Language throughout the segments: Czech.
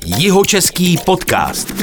Jihočeský podcast.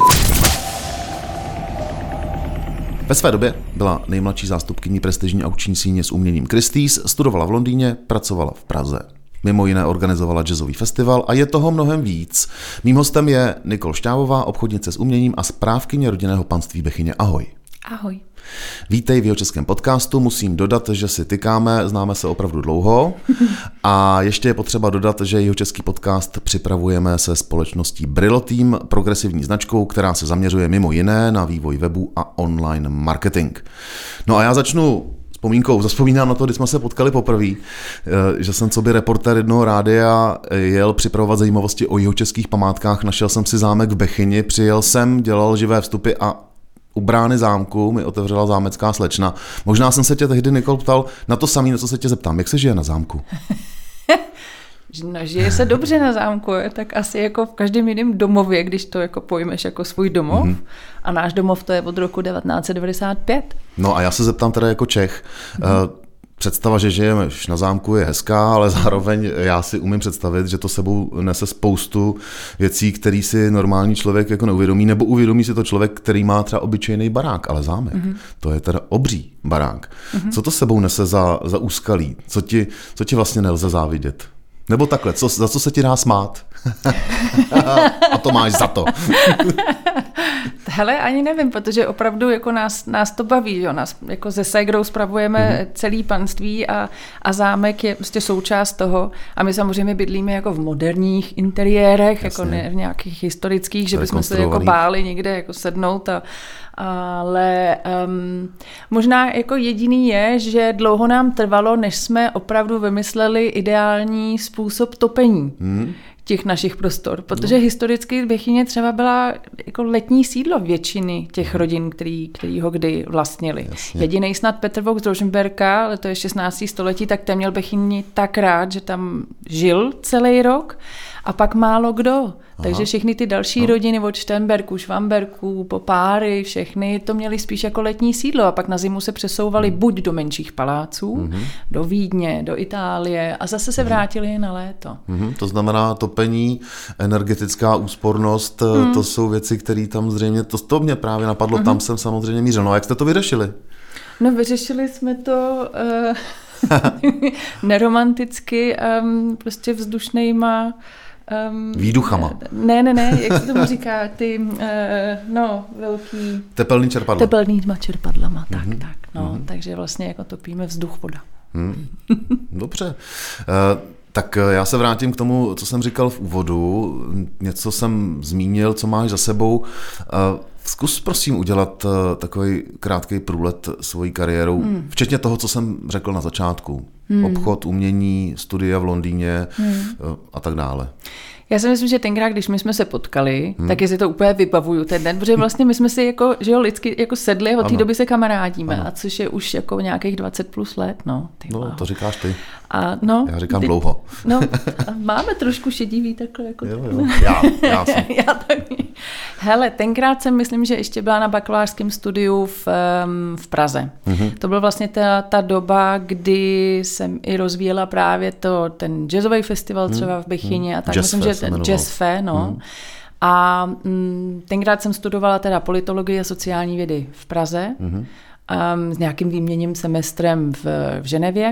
Ve své době byla nejmladší zástupkyní prestižní aukční síně s uměním Christie's, studovala v Londýně, pracovala v Praze. Mimo jiné organizovala jazzový festival a je toho mnohem víc. Mým hostem je Nicole Šťávová, obchodnice s uměním a správkyně rodinného panství Bechyně. Ahoj. Ahoj. Vítej v Jihočeském podcastu. Musím dodat, že si tykáme, známe se opravdu dlouho. A ještě je potřeba dodat, že Jihočeský podcast připravujeme se společností Brillo Team, progresivní značkou, která se zaměřuje mimo jiné na vývoj webu a online marketing. No a já začnu vzpomínkou. Zavzpomínám na to, když jsme se potkali poprvé, že jsem coby reportér jednoho rádia jel připravovat zajímavosti o jihočeských památkách, našel jsem si zámek v Bechyni, přijel jsem, dělal živé vstupy a u brány zámku mi otevřela zámecká slečna. Možná jsem se tě tehdy, Nikol, ptal na to samé, na co se tě zeptám. Jak se žije na zámku? No, žije se dobře na zámku, tak asi jako v každém jiném domově, když to jako pojmeš jako svůj domov. Mm-hmm. A náš domov to je od roku 1995. No a já se zeptám teda jako Čech. Představa, že žijeme na zámku, je hezká, ale zároveň já si umím představit, že to sebou nese spoustu věcí, který si normální člověk jako neuvědomí, nebo uvědomí si to člověk, který má třeba obyčejný barák, ale zámek, to je teda obří barák. Co to sebou nese za úskalí? Co ti vlastně nelze závidět? Nebo takhle, za co se ti dá smát? A to máš za to. Hele, ani nevím, protože opravdu jako nás to baví, jo? Nás jako se ségrou spravujeme celý panství a zámek je prostě součást toho a my samozřejmě bydlíme jako v moderních interiérech, jasně, jako ne v nějakých historických, že bychom se jako báli někde jako sednout ale možná jako jediný je, že dlouho nám trvalo, než jsme opravdu vymysleli ideální způsob topení těch našich prostor, protože historicky v Bechyně třeba byla jako letní sídlo většiny těch rodin, který ho kdy vlastnili. Jedinej snad Petr Vogt z Rožmberka, ale to je 16. století, tak ten měl Bechyni tak rád, že tam žil celý rok a pak málo kdo. Takže všechny ty další rodiny od Šternberků, Švamberků, po Páry, všechny to měly spíš jako letní sídlo a pak na zimu se přesouvali buď do menších paláců, do Vídně, do Itálie a zase se vrátili na léto. To znamená topení, energetická úspornost, to jsou věci, které tam zřejmě, to mě právě napadlo, tam jsem samozřejmě mířil. No a jak jste to vyřešili? No vyřešili jsme to neromanticky, prostě vzdušnýma výduchama. Ne, jak se tomu říká, ty, velký... Tepelný čerpadla. Tepelnýma čerpadlama, tak. Takže vlastně jako topíme vzduch, voda. Dobře. Tak já se vrátím k tomu, co jsem říkal v úvodu. Něco jsem zmínil, co máš za sebou. Zkus prosím udělat takový krátký průlet svojí kariérou, včetně toho, co jsem řekl na začátku. Obchod, umění, studia v Londýně a tak dále. Já si myslím, že tenkrát, když my jsme se potkali, tak si to úplně vybavuju ten den, protože vlastně my jsme si jako, že jo, lidsky jako sedli a od té doby se kamarádíme, a což je už jako nějakých 20 plus let, no. To říkáš ty. Já říkám dlouho. No, máme trošku šedivý takhle. Jako jo. Já jsem. Já taky. Hele, tenkrát jsem myslím, že ještě byla na bakalářském studiu v Praze. To byla vlastně ta doba, kdy jsem i rozvíjela právě ten jazzový festival třeba v Bechyně a tak. Myslím, že Jazz Fe, A tenkrát jsem studovala teda politologii a sociální vědy v Praze s nějakým výměným semestrem v Ženevě.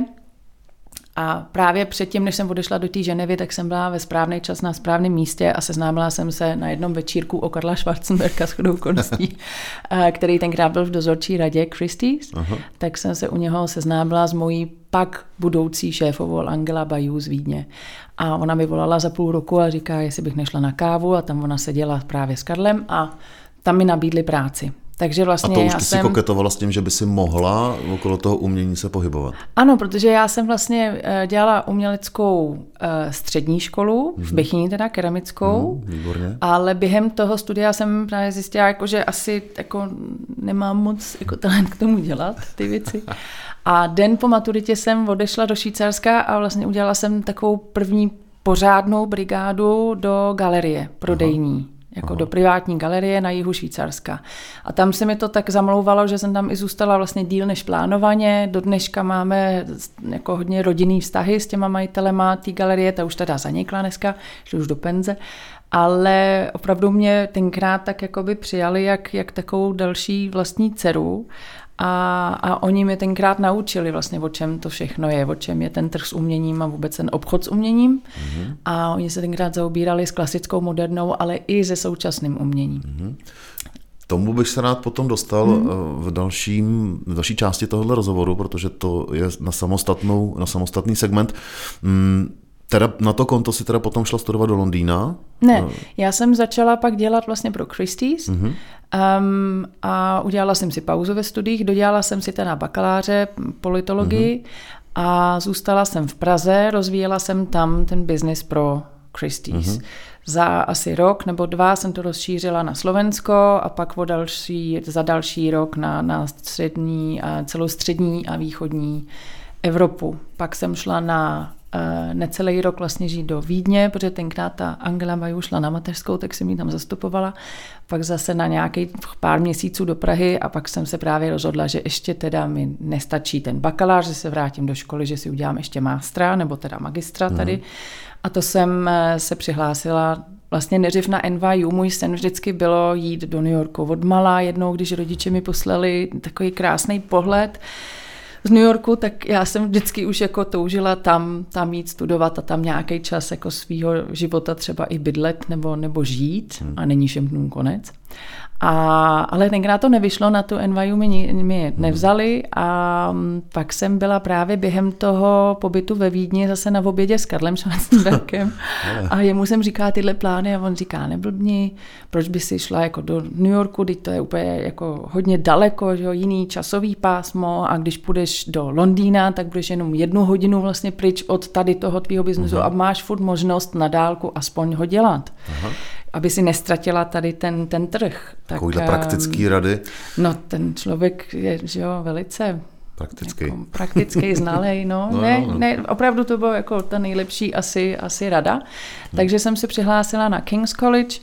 A právě předtím, než jsem odešla do té Ženevy, tak jsem byla ve správný čas na správném místě a seznámila jsem se na jednom večírku o Karla Schwarzenberga shodou okolností, který tenkrát byl v dozorčí radě Christie's. Tak jsem se u něho seznámila s mojí pak budoucí šéfovou Angela Bayou z Vídně. A ona mi volala za půl roku a říká, jestli bych nešla na kávu a tam ona seděla právě s Karlem a tam mi nabídli práci. Takže vlastně a to už ty si koketovala s tím, že by si mohla okolo toho umění se pohybovat? Ano, protože já jsem vlastně dělala uměleckou střední školu, v Bechyni teda, keramickou, výborně. Ale během toho studia jsem právě zjistila, jako, že asi jako, nemám moc jako talent k tomu dělat ty věci. A den po maturitě jsem odešla do Švýcarska a vlastně udělala jsem takovou první pořádnou brigádu do galerie prodejní. Jako do privátní galerie na jihu Švýcarska. A tam se mi to tak zamlouvalo, že jsem tam i zůstala vlastně díl než plánovaně. Do dneška máme jako hodně rodinný vztahy s těma majitelema té galerie, ta už teda zanikla dneska, šli už do penze. ale opravdu mě tenkrát tak jakoby přijali jak takovou další vlastní dceru a oni mě tenkrát naučili vlastně, o čem to všechno je, o čem je ten trh s uměním a vůbec ten obchod s uměním. A oni se tenkrát zaobírali s klasickou, modernou, ale i se současným uměním. Tomu bych se rád potom dostal v další části tohoto rozhovoru, protože to je na samostatný segment. Teda na to konto si teda potom šla studovat do Londýna? Ne, já jsem začala pak dělat vlastně pro Christie's a udělala jsem si pauzu ve studiích, dodělala jsem si teda bakaláře politologii a zůstala jsem v Praze, rozvíjela jsem tam ten biznis pro Christie's. Za asi rok nebo 2 jsem to rozšířila na Slovensko a pak za další rok na celostřední a východní Evropu. Pak jsem šla na necelý rok vlastně žít do Vídně, protože tenkrát ta Angela Baju šla na mateřskou, tak jsem ji tam zastupovala. Pak zase na nějakých pár měsíců do Prahy a pak jsem se právě rozhodla, že ještě teda mi nestačí ten bakalář, že se vrátím do školy, že si udělám ještě mástra nebo teda magistra tady. A to jsem se přihlásila vlastně nejdřív na NYU. Můj sen vždycky bylo jít do New Yorku odmala. Jednou, když rodiče mi poslali takový krásný pohled z New Yorku, tak já jsem vždycky už jako toužila tam jít studovat a tam nějaký čas jako svýho života třeba i bydlet nebo žít a není všem dnům konec. Ale tenkrát to nevyšlo, na tu NYU mě nevzali a pak jsem byla právě během toho pobytu ve Vídni zase na obědě s Karlem Schwarzenbergem a jemu jsem říkala tyhle plány a on říká, neblbni, proč by si šla jako do New Yorku, teď to je úplně jako hodně daleko, že jo, jiný časový pásmo a když půjdeš do Londýna, tak budeš jenom 1 hodinu vlastně pryč od tady toho tvýho biznesu a máš furt možnost na dálku aspoň ho dělat. Aby si nestratila tady ten trh. Takovýhle praktický rady. No, ten člověk je, že jo, velice praktický, znalej, ne, opravdu to bylo jako ta nejlepší asi rada. Takže jsem se přihlásila na King's College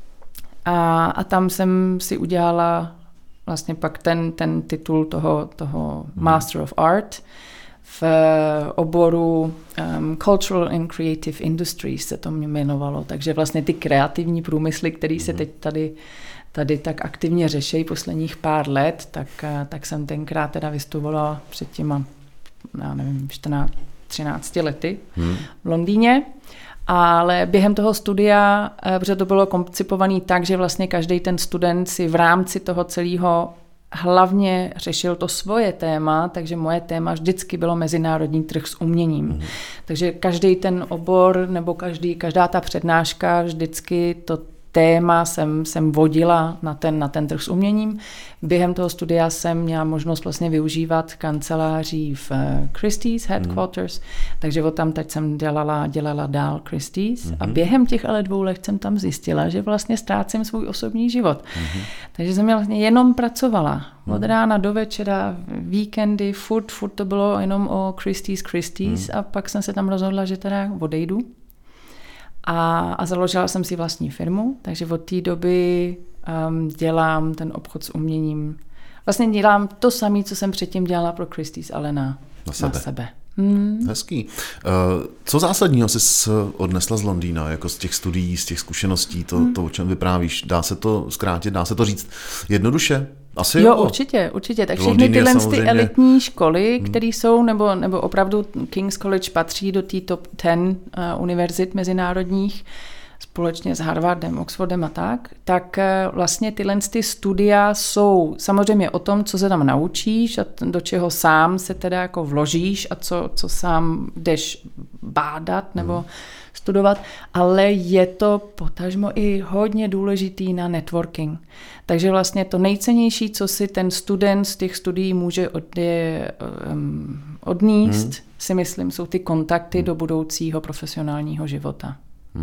a tam jsem si udělala vlastně pak ten titul toho Master of Art v oboru Cultural and Creative Industries se to mě jmenovalo, takže vlastně ty kreativní průmysly, které se teď tady tak aktivně řeší posledních pár let, tak jsem tenkrát teda vystudovala před těma, já nevím, 13 lety v Londýně, ale během toho studia, protože to bylo koncipované tak, že vlastně každý ten student si v rámci toho celého hlavně řešil to svoje téma, takže moje téma vždycky bylo mezinárodní trh s uměním. Takže každý ten obor nebo každá ta přednáška vždycky to téma jsem vodila na ten trh s uměním. Během toho studia jsem měla možnost vlastně využívat kanceláří v Christie's Headquarters, takže od tam teď jsem dělala dál Christie's a během těch ale 2 let jsem tam zjistila, že vlastně ztrácím svůj osobní život. Takže jsem vlastně jenom pracovala. Od rána do večera, víkendy, furt to bylo jenom o Christie's a pak jsem se tam rozhodla, že teda odejdu. A založila jsem si vlastní firmu, takže od té doby dělám ten obchod s uměním. Vlastně dělám to samé, co jsem předtím dělala pro Christie's, ale na sebe. Hezký. Co zásadního jsi odnesla z Londýna, jako z těch studií, z těch zkušeností, to o čem vyprávíš? Dá se to zkrátit, dá se to říct jednoduše? Asi jo, určitě. Tak všechny tyhle ty elitní školy, které jsou, nebo opravdu King's College patří do té top 10 univerzit mezinárodních, společně s Harvardem, Oxfordem a tak vlastně tyhle ty studia jsou samozřejmě o tom, co se tam naučíš a do čeho sám se teda jako vložíš a co sám jdeš bádat nebo studovat, ale je to potažmo i hodně důležitý na networking. Takže vlastně to nejcennější, co si ten student z těch studií může odníst, si myslím, jsou ty kontakty do budoucího profesionálního života.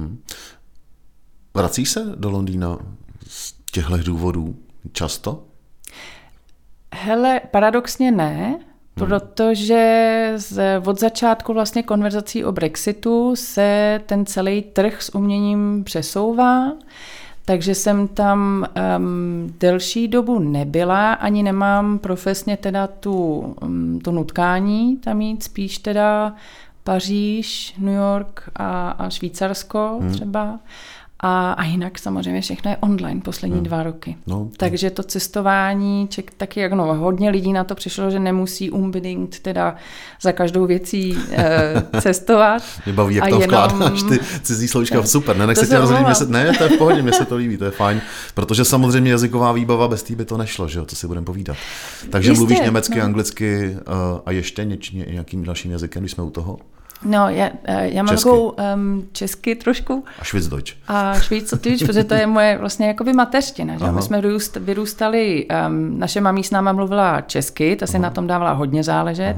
Vracíš se do Londýna z těchto důvodů často? Hele, paradoxně ne, protože od začátku vlastně konverzací o Brexitu se ten celý trh s uměním přesouvá, takže jsem tam delší dobu nebyla, ani nemám profesně teda to nutkání tam jít, spíš teda Paříž, New York a Švýcarsko třeba. A jinak samozřejmě všechno je online poslední 2 roky. Takže to cestování, taky jak hodně lidí na to přišlo, že nemusí unbedingt teda za každou věcí cestovat. Mě baví, jak tam vkládáš ty cizí slovíčka, super, nenech se tě rozhodit, ne, to je v pohodě, mě se to líbí, to je fajn, protože samozřejmě jazyková výbava bez té by to nešlo, že jo, to si budeme povídat. Takže jistě, mluvíš německy, anglicky a ještě nějakým dalším jazykem, když jsme u toho? No, já mám takovou česky trošku. A Schweizerdeutsch. A Schweizerdeutsch, protože to je moje vlastně jakoby mateřština. Že? My jsme vyrůstali, naše mamí s náma mluvila česky, ta si na tom dávala hodně záležet.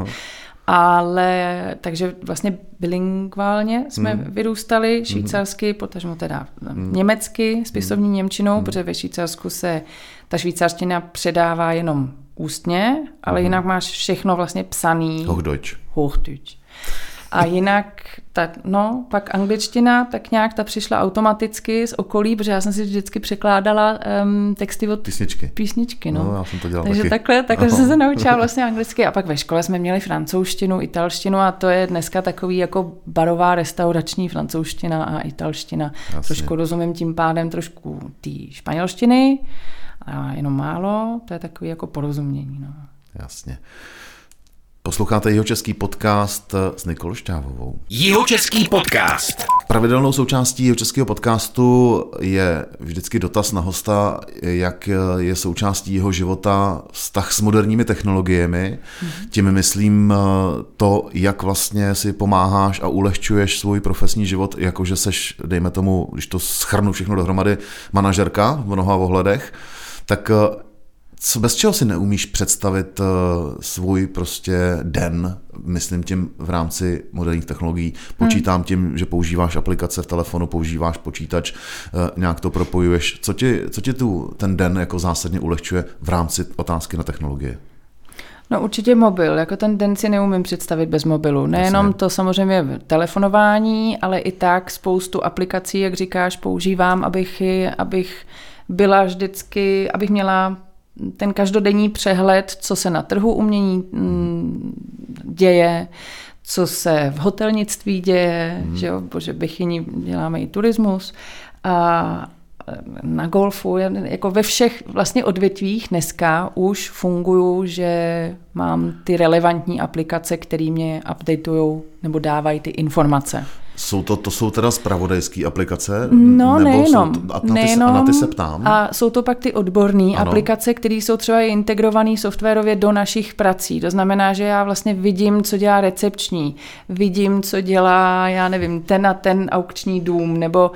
Ale takže vlastně bilingválně jsme vyrůstali švýcarsky, potažmo teda německy, s pisovní němčinou, protože ve Švýcarsku se ta švýcarština předává jenom ústně, ale jinak máš všechno vlastně psaný. Hochdeutsch. A jinak, pak angličtina, tak nějak ta přišla automaticky z okolí, protože já jsem si vždycky překládala texty od písničky. No, já jsem to dělal takže taky. takhle jsem se naučila vlastně anglicky. A pak ve škole jsme měli francouzštinu, italštinu a to je dneska takový jako barová restaurační francouzština a italština. Jasně. Trošku rozumím tím pádem trošku té španělštiny, a jenom málo, to je takový jako porozumění. No. Jasně. Posloucháte Jihočeský podcast s Nikolou Šťávovou. Jihočeský podcast. Pravidelnou součástí Jihočeského podcastu je vždycky dotaz na hosta, jak je součástí jeho života vztah s moderními technologiemi. Tím myslím to, jak vlastně si pomáháš a ulehčuješ svůj profesní život, jakože seš, dejme tomu, když to shrnu všechno dohromady, manažerka v mnoha ohledech, tak bez čeho si neumíš představit svůj prostě den, myslím tím v rámci moderních technologií. Počítám tím, že používáš aplikace v telefonu, používáš počítač, nějak to propojuješ. Co ti ten den jako zásadně ulehčuje v rámci otázky na technologie? No určitě mobil, jako ten den si neumím představit bez mobilu. Nejenom to samozřejmě telefonování, ale i tak spoustu aplikací, jak říkáš, používám, abych byla vždycky, abych měla ten každodenní přehled, co se na trhu umění děje, co se v hotelnictví děje, že jo, protože Bechyni děláme i turismus a na golfu, jako ve všech vlastně odvětvích dneska už fungují, že mám ty relevantní aplikace, které mě updatujou nebo dávají ty informace. To jsou teda zpravodajské aplikace? No, nebo nejenom. A na ty se ptám. A jsou to pak ty odborné aplikace, které jsou třeba integrované softwarově do našich prací. To znamená, že já vlastně vidím, co dělá recepční, vidím, co dělá, já nevím, ten a ten aukční dům, nebo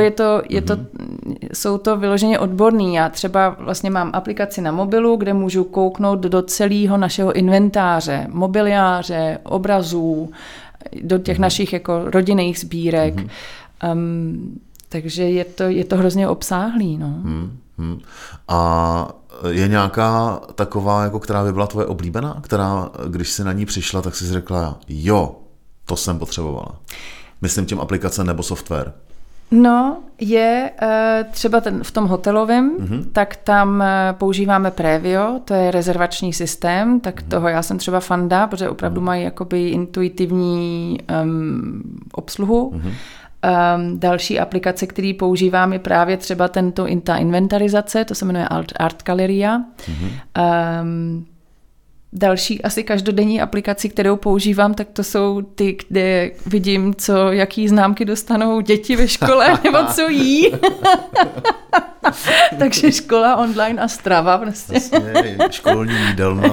jsou to vyloženě odborný. Já třeba vlastně mám aplikaci na mobilu, kde můžu kouknout do celého našeho inventáře, mobiliáře, obrazů, do těch našich jako rodinných sbírek. Takže je to hrozně obsáhlý. No. A je nějaká taková, jako která by byla tvoje oblíbená, která, když jsi na ní přišla, tak jsi řekla, jo, to jsem potřebovala. Myslím tím aplikace nebo software. No, je třeba v tom hotelovém, tak tam používáme Previo, to je rezervační systém, tak toho já jsem třeba fanda, protože opravdu mají jakoby intuitivní obsluhu. Další aplikace, který používám, je právě třeba ta inventarizace, to se jmenuje Art Galleria. Další asi každodenní aplikaci, kterou používám, tak to jsou ty, kde vidím, jaký známky dostanou děti ve škole, nebo co jí. Takže škola online a strava. Prostě. Vlastně, školní jídelna.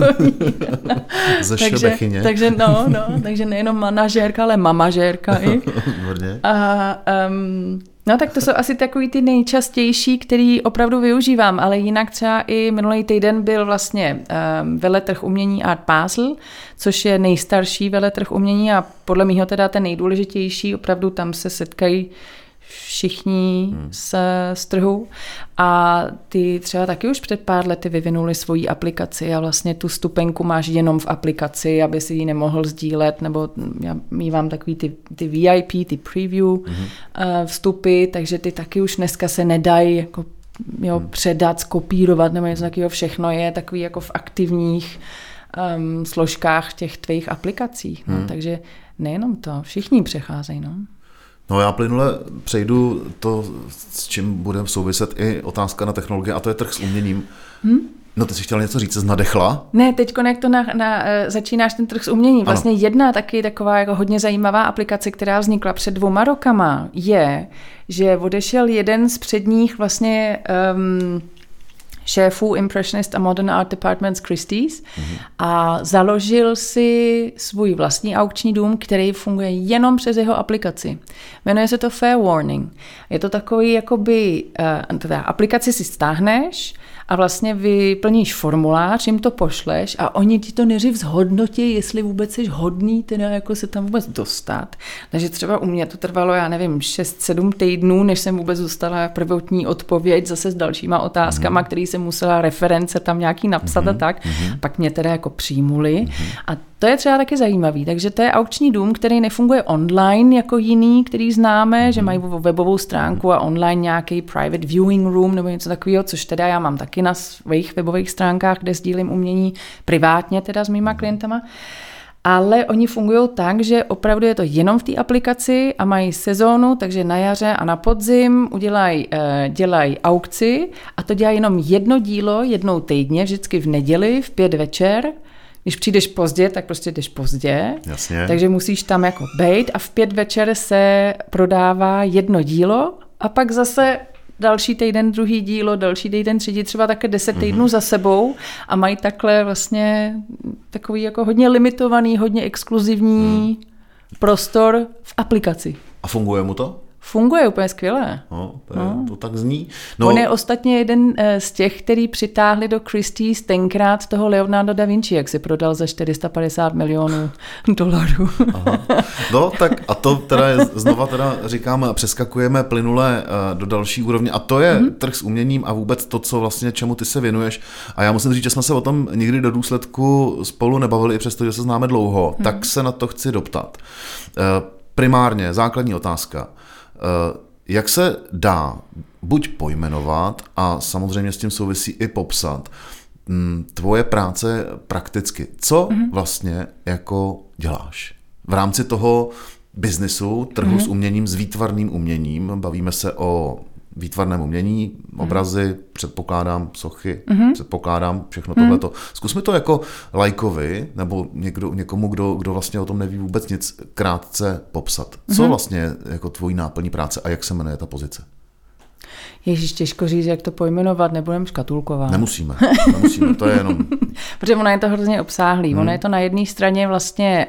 Ze Bechyně. Takže nejenom manažérka, ale mamažérka i. No tak to jsou asi takový ty nejčastější, který opravdu využívám, ale jinak třeba i minulý týden byl vlastně veletrh umění Art Basel, což je nejstarší veletrh umění a podle mého teda ten nejdůležitější, opravdu tam se setkají všichni z trhu a ty třeba taky už před pár lety vyvinuli svoji aplikaci a vlastně tu stupenku máš jenom v aplikaci, aby si ji nemohl sdílet, nebo já mívám takový ty VIP, ty preview vstupy, takže ty taky už dneska se nedají jako, předat, skopírovat nebo něco takového, všechno je takový jako v aktivních složkách těch tvých aplikacích, takže nejenom to, všichni přecházejí, no. No já plynule přejdu to, s čím bude souviset i otázka na technologie, a to je trh s uměním. No ty jsi chtěla něco říct, jsi nadechla? Ne, teď jak to začínáš ten trh s uměním. Vlastně jedna taky taková jako hodně zajímavá aplikace, která vznikla před 2 rokama, je, že odešel jeden z předních vlastně šéfů Impressionist a Modern Art Departments Christie's a založil si svůj vlastní aukční dům, který funguje jenom přes jeho aplikaci. Jmenuje se to Fair Warning. Je to takový, jakoby, teda aplikaci si stáhneš a vlastně vyplníš formulář, jim to pošleš a oni ti to nejdřív zhodnotí, jestli vůbec jsi hodný teda jako se tam vůbec dostat. Takže třeba u mě to trvalo, já nevím, 6-7 týdnů, než jsem vůbec dostala prvotní odpověď zase s dalšíma otázkama, který jsem musela reference tam nějaký napsat a tak. Pak mě teda jako přijmuli. A to je třeba taky zajímavý. Takže to je aukční dům, který nefunguje online jako jiný, který známe, že mají webovou stránku a online nějaký private viewing room nebo něco takového, což teda já mám taky na svých webových stránkách, kde sdílím umění privátně teda s mýma klientama. Ale oni fungují tak, že opravdu je to jenom v té aplikaci a mají sezónu, takže na jaře a na podzim dělají aukci a to dělají jenom jedno dílo, jednou týdně, vždycky v neděli v 5 večer. Když přijdeš pozdě, tak prostě jdeš pozdě. Jasně. Takže musíš tam jako bejt a v 5 večer se prodává jedno dílo a pak zase další týden druhý dílo, další týden třetí, třeba také 10 týdnů za sebou a mají takhle vlastně takový jako hodně limitovaný, hodně exkluzivní prostor v aplikaci. A funguje mu to? Funguje úplně skvěle. No, to tak zní. No. On je ostatně jeden z těch, který přitáhli do Christie's tenkrát toho Leonardo da Vinci, jak si prodal za $450 milionů. Aha. No, tak a to teda je, znova teda říkáme a přeskakujeme plynule do další úrovně a to je trh s uměním a vůbec to, co vlastně čemu ty se věnuješ. A já musím říct, že jsme se o tom nikdy do důsledku spolu nebavili, i přesto, že se známe dlouho, tak se na to chci doptat. Primárně, základní otázka. Jak se dá buď pojmenovat a samozřejmě s tím souvisí i popsat tvoje práce prakticky? Co vlastně jako děláš? V rámci toho biznisu, trhu s uměním, s výtvarným uměním, bavíme se o výtvarném umění, obrazy, předpokládám, sochy, předpokládám všechno tohleto. Zkus mi to jako lajkovi, nebo někomu, kdo vlastně o tom neví vůbec nic, krátce popsat. Co vlastně jako tvojí náplní práce a jak se jmenuje ta pozice? Ježíš, těžko říct, jak to pojmenovat, nebudem škatulkovat. Nemusíme, to je jenom... Protože ono je to hrozně obsáhlý. Ono je to na jedné straně vlastně...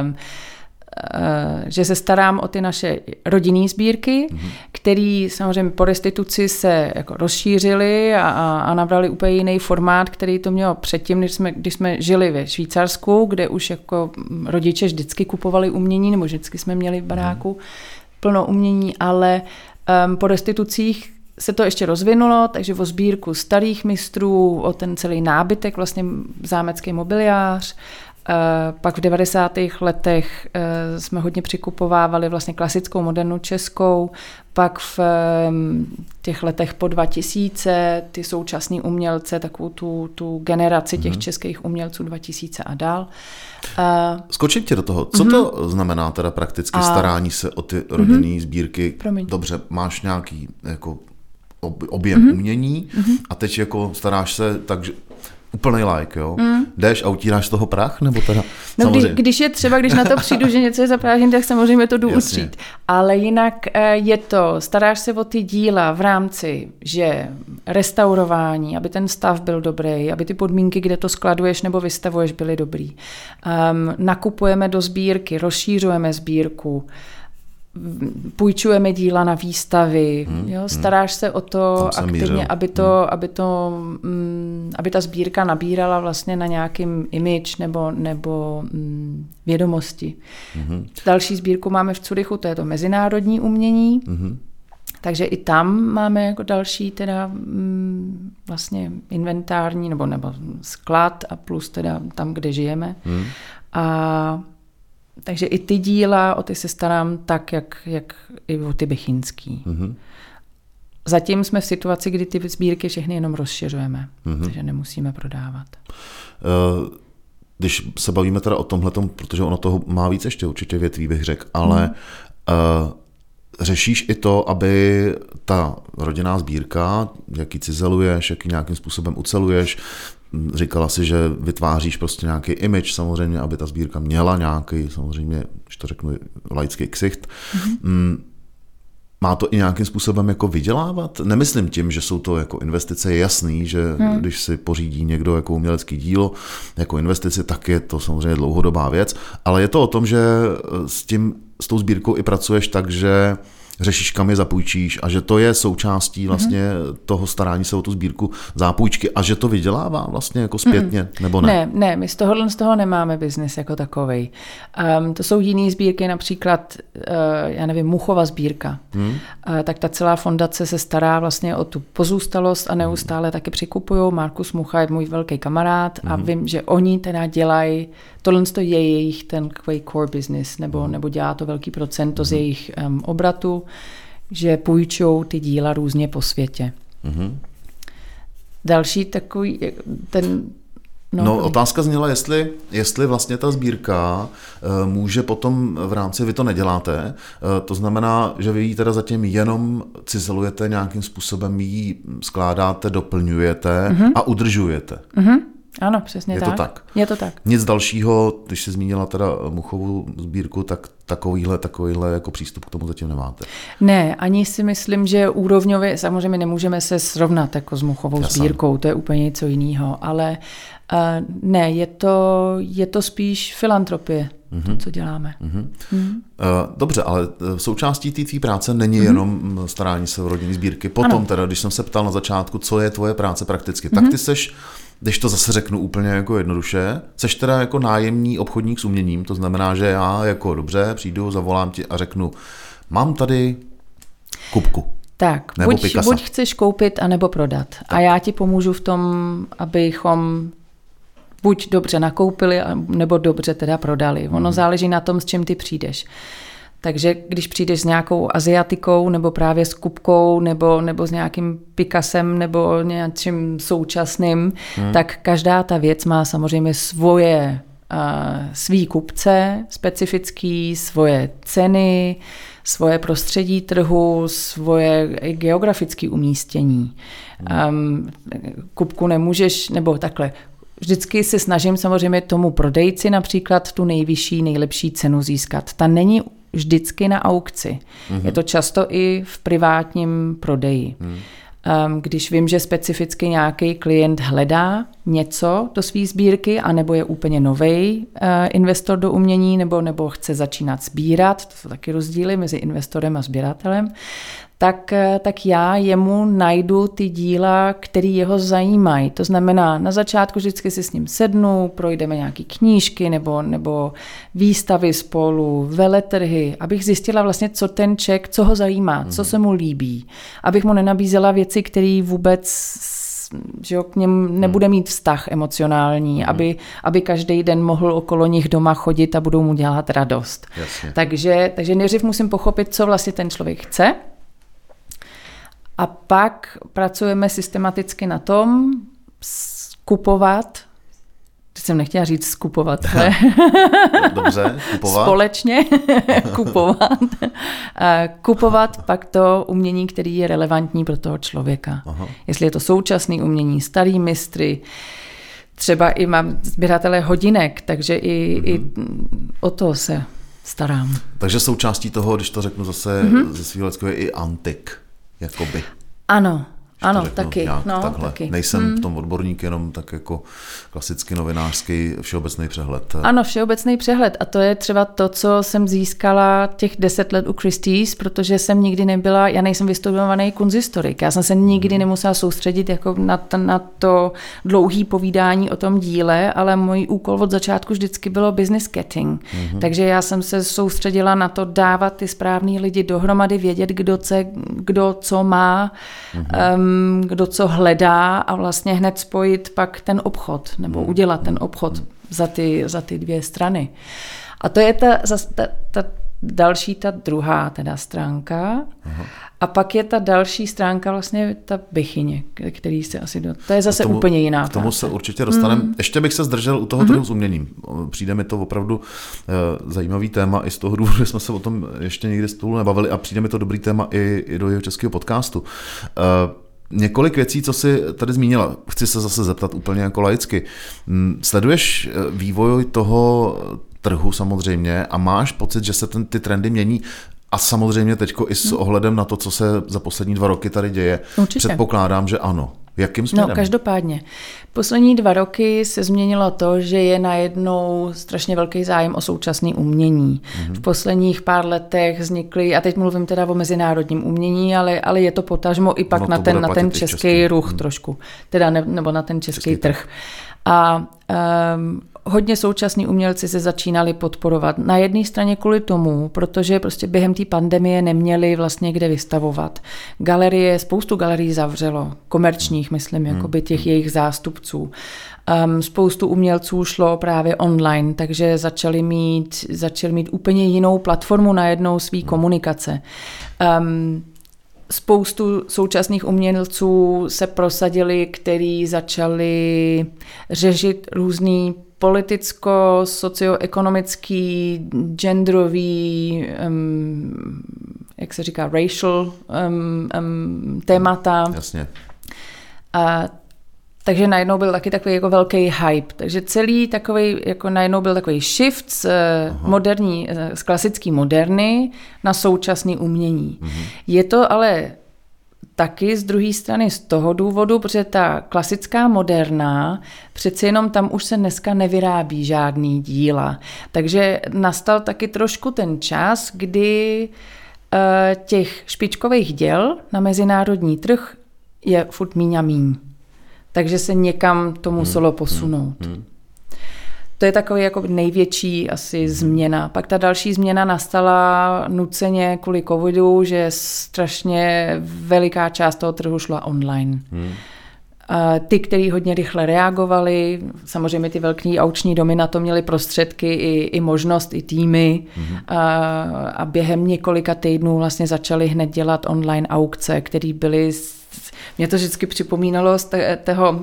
že se starám o ty naše rodinné sbírky, které samozřejmě po restituci se jako rozšířily a nabrali úplně jiný formát, který to mělo předtím, když jsme žili ve Švýcarsku, kde už jako rodiče vždycky kupovali umění, nebo vždycky jsme měli v baráku plno umění, ale po restitucích se to ještě rozvinulo, takže o sbírku starých mistrů, o ten celý nábytek, vlastně zámecký mobiliář. Pak v 90. letech jsme hodně přikupovávali vlastně klasickou modernu českou, pak v těch letech po 2000 ty současní umělce, takovou tu generaci těch českých umělců 2000 a dál. Skočím tě do toho. Co to znamená teda prakticky starání se o ty rodinné sbírky? Promiň. Dobře, máš nějaký jako objem umění a teď jako staráš se tak, že úplnej like, jo? Jdeš a utíráš z toho prach, nebo teda? No, když na to přijdu, že něco je zaprážen, tak samozřejmě to jdu utřít. Ale jinak staráš se o ty díla v rámci, že restaurování, aby ten stav byl dobrý, aby ty podmínky, kde to skladuješ nebo vystavuješ, byly dobrý. Nakupujeme do sbírky, rozšířujeme sbírku, půjčujeme díla na výstavy, staráš se o to aktivně, aby ta sbírka nabírala vlastně na nějakým image nebo vědomosti. Další sbírku máme v Curychu, to je to mezinárodní umění, takže i tam máme jako další teda vlastně inventární nebo sklad a plus teda tam, kde žijeme. Takže i ty díla, o ty se starám tak, jak i o ty bechinský. Zatím jsme v situaci, kdy ty sbírky všechny jenom rozšiřujeme, takže nemusíme prodávat. Když se bavíme teda o tomhletom, protože ono toho má víc ještě určitě větví, bych řekl, ale řešíš i to, aby ta rodinná sbírka, jak ji cizeluješ, jak ji nějakým způsobem uceluješ, říkala si, že vytváříš prostě nějaký image samozřejmě, aby ta sbírka měla nějaký, samozřejmě, když to řeknu, laický ksicht. Má to i nějakým způsobem jako vydělávat? Nemyslím tím, že jsou to jako investice, je jasný, že když si pořídí někdo jako umělecký dílo, jako investici, tak je to samozřejmě dlouhodobá věc, ale je to o tom, že s tou sbírkou i pracuješ tak, že řešíš, kam je zapůjčíš a že to je součástí vlastně toho starání se o tu sbírku zápůjčky a že to vydělává vlastně jako zpětně, nebo ne? Ne, my z toho nemáme biznis jako takovej. To jsou jiný sbírky, například, já nevím, Muchova sbírka. Tak ta celá fondace se stará vlastně o tu pozůstalost a neustále taky přikupujou. Markus Mucha je můj velký kamarád a vím, že oni teda dělají, tohle je jejich ten core business, nebo dělá to velký procento z jejich obratu, že půjčou ty díla různě po světě. Další takový, otázka zněla, jestli vlastně ta sbírka může potom v rámci, vy to neděláte, to znamená, že vy ji teda zatím jenom cizelujete, nějakým způsobem ji skládáte, doplňujete a udržujete. Ano, přesně tak. Je to tak. Nic dalšího, když jsi zmínila teda Muchovu sbírku, tak takovýhle jako přístup k tomu zatím nemáte. Ne, ani si myslím, že úrovňově, samozřejmě nemůžeme se srovnat jako s Muchovou sbírkou, to je úplně něco jiného, ale ne, je to spíš filantropie, to, co děláme. Dobře, ale součástí té tvý práce není jenom starání se o rodinné sbírky. Potom teda, když jsem se ptal na začátku, co je tvoje práce prakticky, tak ty seš, když to zase řeknu úplně jako jednoduše, seš teda jako nájemní obchodník s uměním, to znamená, že já jako dobře přijdu, zavolám ti a řeknu, mám tady Kupku. Tak, buď chceš koupit, anebo prodat. Tak. A já ti pomůžu v tom, abychom buď dobře nakoupili, nebo dobře teda prodali. Ono záleží na tom, s čím ty přijdeš. Takže když přijdeš s nějakou Asiatikou, nebo právě s Kupkou, nebo s nějakým Picassem, nebo nějakým současným, tak každá ta věc má samozřejmě svý kupce specifický, svoje ceny, svoje prostředí trhu, svoje geografické umístění. Kupku nemůžeš, nebo takhle, vždycky se snažím samozřejmě tomu prodejci například tu nejvyšší, nejlepší cenu získat. Ta není vždycky na aukci. Je to často i v privátním prodeji. Když vím, že specificky nějaký klient hledá něco do své sbírky, anebo je úplně novej investor do umění, nebo chce začínat sbírat, to jsou taky rozdíly mezi investorem a sběratelem, tak já jemu najdu ty díla, které jeho zajímají. To znamená, na začátku vždycky si s ním sednu, projdeme nějaké knížky nebo výstavy spolu, veletrhy, abych zjistila vlastně, co ten člověk, co ho zajímá, co se mu líbí. Abych mu nenabízela věci, které vůbec že k něm nebude mít vztah emocionální, aby každý den mohl okolo nich doma chodit a budou mu dělat radost. Takže nejdřív musím pochopit, co vlastně ten člověk chce. A pak pracujeme systematicky na tom skupovat, teď jsem nechtěla říct skupovat, ale dobře, kupovat. Společně kupovat pak to umění, který je relevantní pro toho člověka. Aha. Jestli je to současné umění, starý mistry, třeba i mám sběratele hodinek, takže i o to se starám. Takže součástí toho, když to řeknu zase ze svého lecku, je i antik. Jakoby. Ano, taky. Taky. Nejsem v tom odborník, jenom tak jako klasicky novinářský všeobecný přehled. Ano, všeobecný přehled. A to je třeba to, co jsem získala těch 10 let u Christie's, protože jsem nikdy nebyla, já nejsem vystudovaný kunsthistorik. Já jsem se nikdy nemusela soustředit jako na to dlouhý povídání o tom díle, ale můj úkol od začátku vždycky bylo business getting. Takže já jsem se soustředila na to dávat ty správný lidi dohromady, vědět, kdo co má, kdo co hledá a vlastně hned spojit pak ten obchod, nebo udělat ten obchod za ty dvě strany. A to je další ta druhá teda stránka. Aha. A pak je ta další stránka vlastně ta bychyně, který se asi to je zase úplně jiná. K tomu se určitě dostaneme. Ještě bych se zdržel u toho trhu s uměním. Přijde mi to opravdu zajímavý téma i z toho důvodu, že jsme se o tom ještě nikdy spolu nebavili a přijde mi to dobrý téma i do jeho českého podcastu. Několik věcí, co jsi tady zmínila. Chci se zase zeptat úplně jako laicky. Sleduješ vývoj toho trhu samozřejmě a máš pocit, že se ty trendy mění a samozřejmě teďko i s ohledem na to, co se za poslední 2 roky tady děje. Určitě. Předpokládám, že ano. Jakým směrem? No, každopádně. Poslední 2 roky se změnilo to, že je najednou strašně velký zájem o současné umění. V posledních pár letech vznikly, a teď mluvím teda o mezinárodním umění, ale je to potažmo i pak na ten český ruch trošku, teda nebo na ten český trh. A hodně současní umělci se začínali podporovat. Na jedné straně kvůli tomu, protože prostě během té pandemie neměli vlastně kde vystavovat. Spoustu galerií zavřelo, komerčních, myslím, jakoby těch jejich zástupců. Spoustu umělců šlo právě online, takže začali mít úplně jinou platformu najednou svý komunikace. Spoustu současných umělců se prosadili, kteří začali řešit různý politicko-socioekonomický, genderový, jak se říká, racial témata. Jasně. Takže najednou byl taky takový jako velký hype. Takže celý takový, jako najednou byl takový shift z klasický moderny na současný umění. Je to ale taky z druhé strany z toho důvodu, protože ta klasická moderna, přeci jenom tam už se dneska nevyrábí žádný díla. Takže nastal taky trošku ten čas, kdy těch špičkových děl na mezinárodní trh je furt míň a míň. Takže se někam to muselo posunout. To je takový jako největší asi změna. Pak ta další změna nastala nuceně kvůli covidu, že strašně veliká část toho trhu šla online. Ty, kteří hodně rychle reagovali, samozřejmě ty velký aukční domy na to měly prostředky i možnost, i týmy a během několika týdnů vlastně začali hned dělat online aukce, které byly, mě to vždycky připomínalo z toho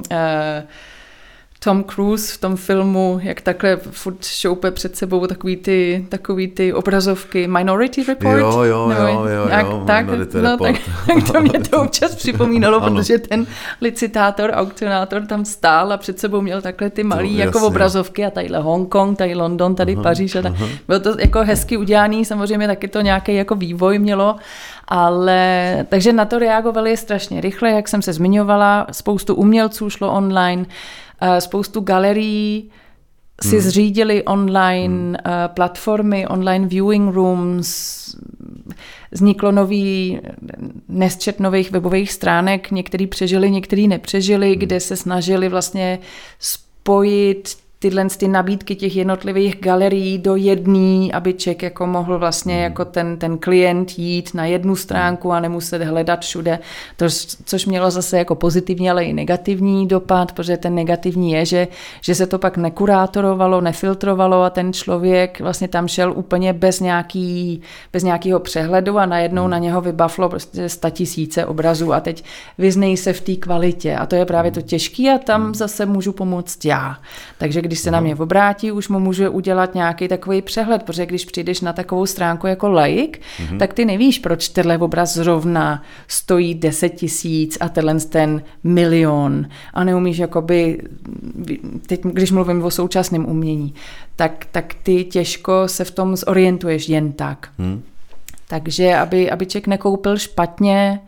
Tom Cruise v tom filmu, jak takhle furt šoupe před sebou takový ty obrazovky Minority Report. Jo, tak to mě to občas připomínalo, protože ten licitátor, aukcionátor tam stál a před sebou měl takhle ty malý jako obrazovky a tadyhle Hongkong, tady London, tady Paříž. Bylo to jako hezky udělaný, samozřejmě taky to nějaký jako vývoj mělo, ale takže na to reagovali strašně rychle, jak jsem se zmiňovala, spoustu umělců šlo online, spoustu galerií si zřídili online platformy, online viewing rooms, vzniklo nesčet nových webových stránek, některý přežili, některý nepřežili, kde se snažili vlastně spojit ty nabídky těch jednotlivých galerií do jedné, aby člověk jako mohl vlastně jako ten klient jít na jednu stránku a nemuset hledat všude, což mělo zase jako pozitivní, ale i negativní dopad, protože ten negativní je, že se to pak nekurátorovalo, nefiltrovalo a ten člověk vlastně tam šel úplně bez nějakého přehledu a najednou na něho vybaflo prostě 100 000 obrazů a teď vyznej se v té kvalitě a to je právě to těžké a tam zase můžu pomoct já. Takže když se na mě obrátí, už mu může udělat nějaký takový přehled, protože když přijdeš na takovou stránku jako laik, tak ty nevíš, proč tenhle obraz zrovna stojí 10 000 a tenhle ten 1 000 000 a neumíš jakoby, teď když mluvím o současném umění, tak ty těžko se v tom zorientuješ jen tak. Takže aby člověk nekoupil špatně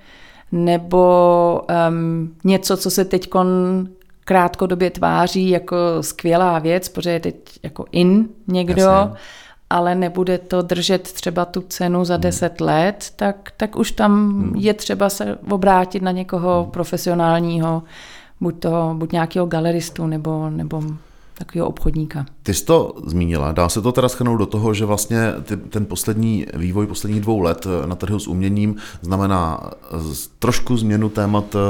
nebo něco, co se teďkon krátkodobě tváří jako skvělá věc, protože je teď jako někdo, ale nebude to držet třeba tu cenu za 10 let, tak už tam je třeba se obrátit na někoho profesionálního, buď nějakého galeristu nebo takového obchodníka. Ty jsi to zmínila, dá se to teda shrnout do toho, že vlastně ten poslední vývoj posledních 2 let na trhu s uměním znamená trošku změnu témat v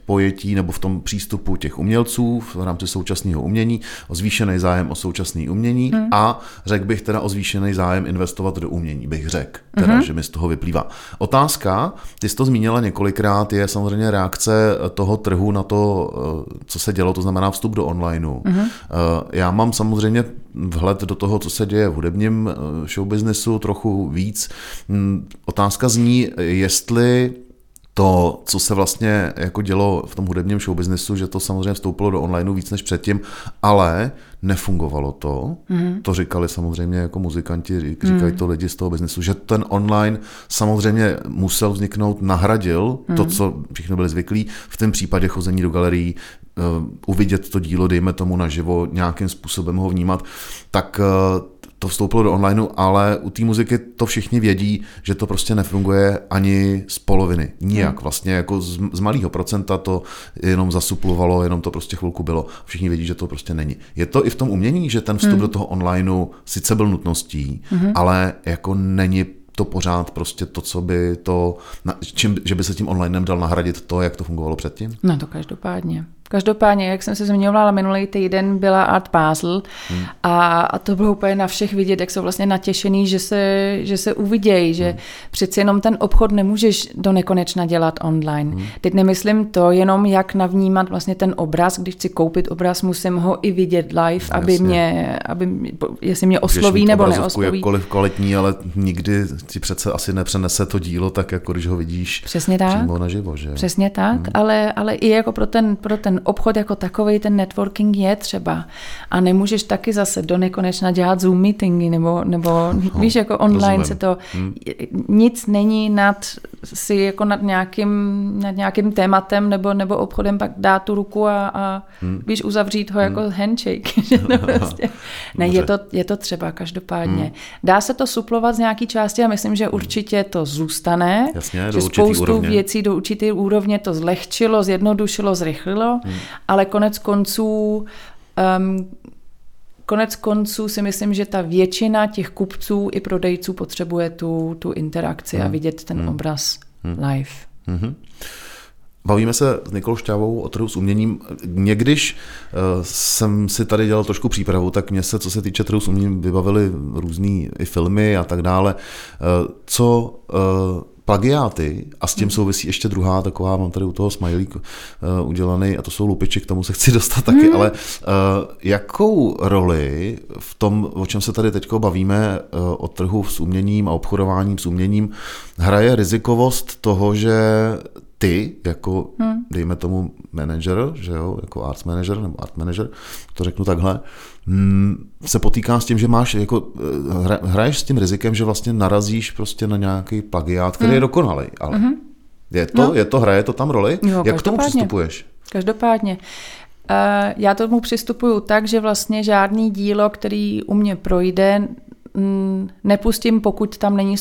pojetí nebo v tom přístupu těch umělců v rámci současného umění, o zvýšený zájem o současné umění a řekl bych teda o zvýšený zájem investovat do umění, bych řekl, teda, že mi z toho vyplývá. Otázka, ty jsi to zmínila několikrát, je samozřejmě reakce toho trhu na to, co se dělo, to znamená vstup do onlineu. Já mám samozřejmě vhled do toho, co se děje v hudebním showbiznesu trochu víc. Otázka zní, jestli to, co se vlastně jako dělo v tom hudebním showbiznesu, že to samozřejmě vstoupilo do onlineu víc než předtím, ale nefungovalo to. To říkali samozřejmě jako muzikanti, říkají to lidi z toho biznesu, že ten online samozřejmě musel vzniknout, nahradil to, co všichni byli zvyklí, v tom případě chození do galerií, uvidět to dílo, dejme tomu naživo, nějakým způsobem ho vnímat, tak to vstoupilo do onlineu, ale u té muziky to všichni vědí, že to prostě nefunguje ani z poloviny. Nijak. Vlastně jako z malého procenta to jenom zasuplovalo, jenom to prostě chvilku bylo. Všichni vědí, že to prostě není. Je to i v tom umění, že ten vstup do toho onlineu sice byl nutností, ale jako není to pořád prostě to, co by to, že by se tím onlinem dal nahradit to, jak to fungovalo předtím? No to každopádně. Každopádně, jak jsem se zmiňovala, minulý týden byla Art Basel a to bylo úplně na všech vidět, jak jsou vlastně natěšený, že se uvidějí, že přeci jenom ten obchod nemůžeš do nekonečna dělat online. Teď nemyslím to jenom, jak navnímat vlastně ten obraz, když chci koupit obraz, musím ho i vidět live, jestli mě osloví nebo neosloví. Jakkoliv kvalitní, ale nikdy ti přece asi nepřenese to dílo tak, jako když ho vidíš přímo naživo. Že? Přesně tak, ale i jako pro ten obchod jako takovej, ten networking je třeba. A nemůžeš taky zase do nekonečna dělat Zoom meetingy, nebo víš, jako online rozumím. Se to, nic není nad nějakým tématem, nebo obchodem pak dát tu ruku a víš, uzavřít ho jako handshake. Prostě. Ne, je to třeba každopádně. Dá se to suplovat z nějaký části a myslím, že určitě to zůstane. Jasně, že spoustu věcí do určité úrovně to zlehčilo, zjednodušilo, zrychlilo, ale konec konců si myslím, že ta většina těch kupců i prodejců potřebuje tu interakci a vidět ten obraz live. Bavíme se s Nikolou Šťávou o trhu s uměním. Někdyž jsem si tady dělal trošku přípravu, tak mě se, co se týče trhu s uměním, vybavily různý i filmy a tak dále. Co plagiáty, a s tím souvisí ještě druhá taková, mám tady u toho smajlík udělaný, a to jsou lupiči, k tomu se chci dostat taky, ale jakou roli v tom, o čem se tady teď bavíme, o trhu s uměním a obchodováním s uměním, hraje rizikovost toho, že ty, jako dejme tomu manager, že jo, jako arts manager nebo art manager, to řeknu takhle, se potýká s tím, že máš, jako hraješ s tím rizikem, že vlastně narazíš prostě na nějaký plagiát, který je dokonalý, ale hraje to tam roli? Jo, jak k tomu přistupuješ? Každopádně. Já tomu přistupuju tak, že vlastně žádný dílo, který u mě projde, nepustím, pokud tam není